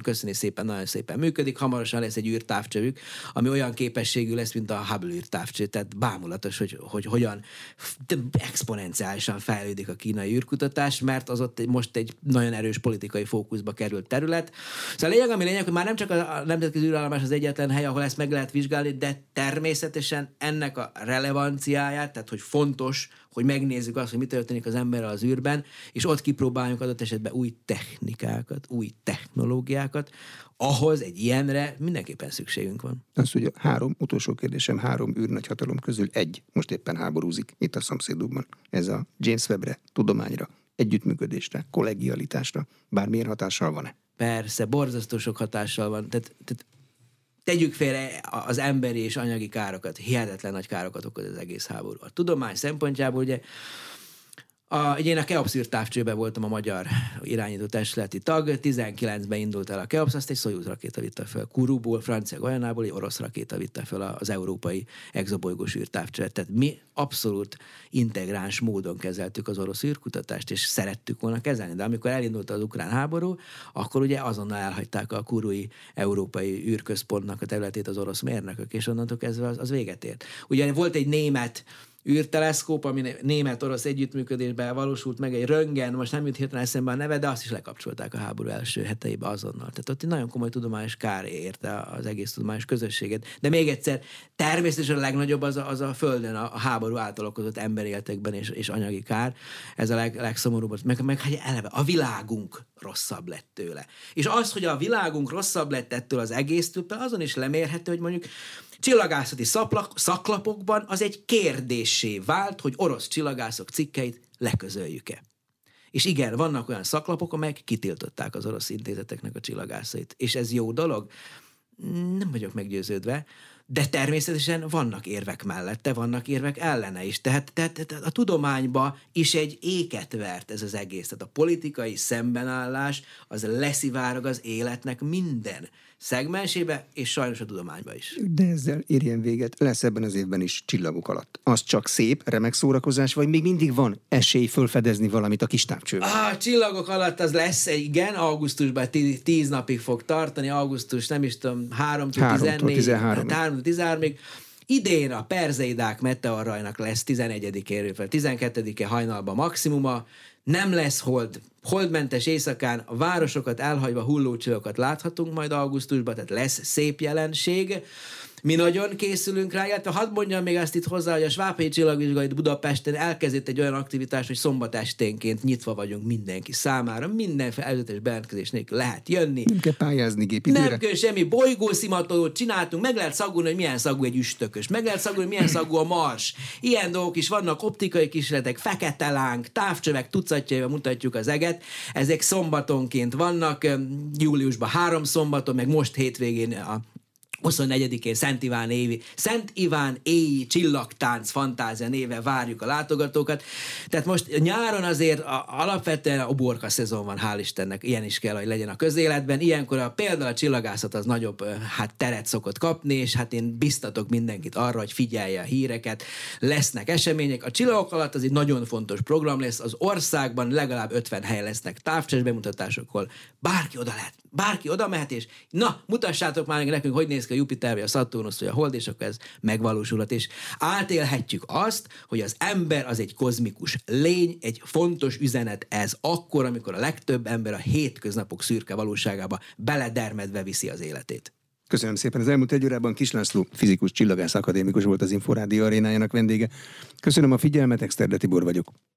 nagyon szépen működik, hamarosan lesz egy űrtávcsövük, ami olyan képességű lesz, mint a Hubble űrtávcső, tehát bámulatos, hogy hogyan exponenciálisan fejlődik a kínai űrkutatás, mert az ott most egy nagyon erős politikai fókuszba került terület. Szóval a lényeg, hogy már nem csak a nemzetközi űrállomás az egyetlen hely, ahol ezt meg lehet vizsgálni, de természetesen ennek a relevanciáját, tehát hogy fontos, hogy megnézzük azt, hogy mi történik az emberrel az űrben, és ott kipróbáljunk adott esetben új technikákat, új technológiákat, ahhoz egy ilyenre mindenképpen szükségünk van. Az, hogy utolsó kérdésem, 3 űrnagyhatalom közül egy most éppen háborúzik itt a szomszédukban. Ez a James Webbre, tudományra, együttműködésre, kollegialitásra, bármilyen hatással van-e? Persze, borzasztó sok hatással van. Tehát tegyük félre az emberi és anyagi károkat, hihetetlen nagy károkat okoz az egész háború. A tudomány szempontjából ugye én a Keops űrtávcsőben voltam a magyar irányító testületi tag, 19-ben indult el a Keops, azt egy Szojuz rakéta vitte fel Kourouból, Francia Guyanából, egy orosz rakéta vitte fel az európai exobolygós űrtávcsőt. Tehát mi abszolút integráns módon kezeltük az orosz űrkutatást, és szerettük volna kezelni. De amikor elindult az ukrán háború, akkor ugye azonnal elhagyták a kourui európai űrközpontnak a területét az orosz mérnökök, és onnantól kezdve az véget ért. Ugye volt egy német űrteleszkóp, ami német-orosz együttműködésben valósult meg, egy röntgen, most nem jut hirtelen eszembe a neve, de azt is lekapcsolták a háború első heteiben azonnal. Tehát ott egy nagyon komoly tudományos kár érte az egész tudományos közösséget. De még egyszer, természetesen a legnagyobb az a Földön a háború által okozott emberéletekben és anyagi kár. Ez a legszomorúbb. Meg eleve a világunk rosszabb lett tőle. És az, hogy a világunk rosszabb lett ettől az egésztől, azon is lemérhető, hogy mondjuk csillagászati szaklapokban az egy kérdéssé vált, hogy orosz csillagászok cikkeit leközöljük-e. És igen, vannak olyan szaklapok, amelyek kitiltották az orosz intézeteknek a csillagászait. És ez jó dolog? Nem vagyok meggyőződve, de természetesen vannak érvek mellette, vannak érvek ellene is. Tehát a tudományba is egy éket vert ez az egész. Tehát a politikai szembenállás az leszivárog az életnek minden szegmensébe, és sajnos a tudományba is. De ezzel érjen véget, lesz ebben az évben is Csillagok alatt. Az csak szép, remek szórakozás, vagy még mindig van esély fölfedezni valamit a kis távcsővel? Csillagok alatt az lesz, igen, augusztusban 10 napig fog tartani, augusztus, nem is tudom, 3-13-ig. Idén a Perzeidák meteorrajnak lesz 11-éről, 12-e hajnalban maximuma, nem lesz holdmentes éjszakán, a városokat elhagyva hullócsillagokat láthatunk majd augusztusban, tehát lesz szép jelenség. Mi nagyon készülünk rá, illetve hadd mondjam még azt itt hozzá, hogy a Svábhelyi Csillagvizsgai Budapesten elkezdett egy olyan aktivitás, hogy szombat esténként nyitva vagyunk mindenki számára, mindenféle előzetes bejelentkezés nélkül lehet jönni. Nem kell pályázni gépidőre. Nem kell semmi, bolygószimatolót csináltunk, meg lehet szagolni, hogy milyen szagú egy üstökös, meg lehet szagolni, hogy milyen szagú a Mars. Ilyen dolgok is vannak, optikai kísérletek, fekete láng, távcsövek tucatjaival mutatjuk az eget. Ezek szombatonként vannak, júliusban 3 szombaton, meg most hétvégén a 24-én Szent Iván éji csillagtánc fantázia néve várjuk a látogatókat. Tehát most nyáron azért alapvetően a uborka szezon van, hál' Istennek, ilyen is kell, hogy legyen a közéletben. Ilyenkor például a csillagászat az nagyobb teret szokott kapni, és én biztatok mindenkit arra, hogy figyelje a híreket. Lesznek események. A Csillagok alatt az egy nagyon fontos program lesz. Az országban legalább 50 helyen lesznek távcsős bemutatásokról. Bárki oda mehet, és na, mutassátok már nekünk, hogy néz ki a Jupiter, vagy a Szaturnusz, vagy a Hold, és akkor ez megvalósulhat. És átélhetjük azt, hogy az ember az egy kozmikus lény, egy fontos üzenet ez akkor, amikor a legtöbb ember a hétköznapok szürke valóságába beledermedve viszi az életét. Köszönöm szépen. Az elmúlt egy órában Kiss László, fizikus, csillagász akadémikus volt az Inforádió arénájának vendége. Köszönöm a figyelmet, Exterde Tibor vagyok.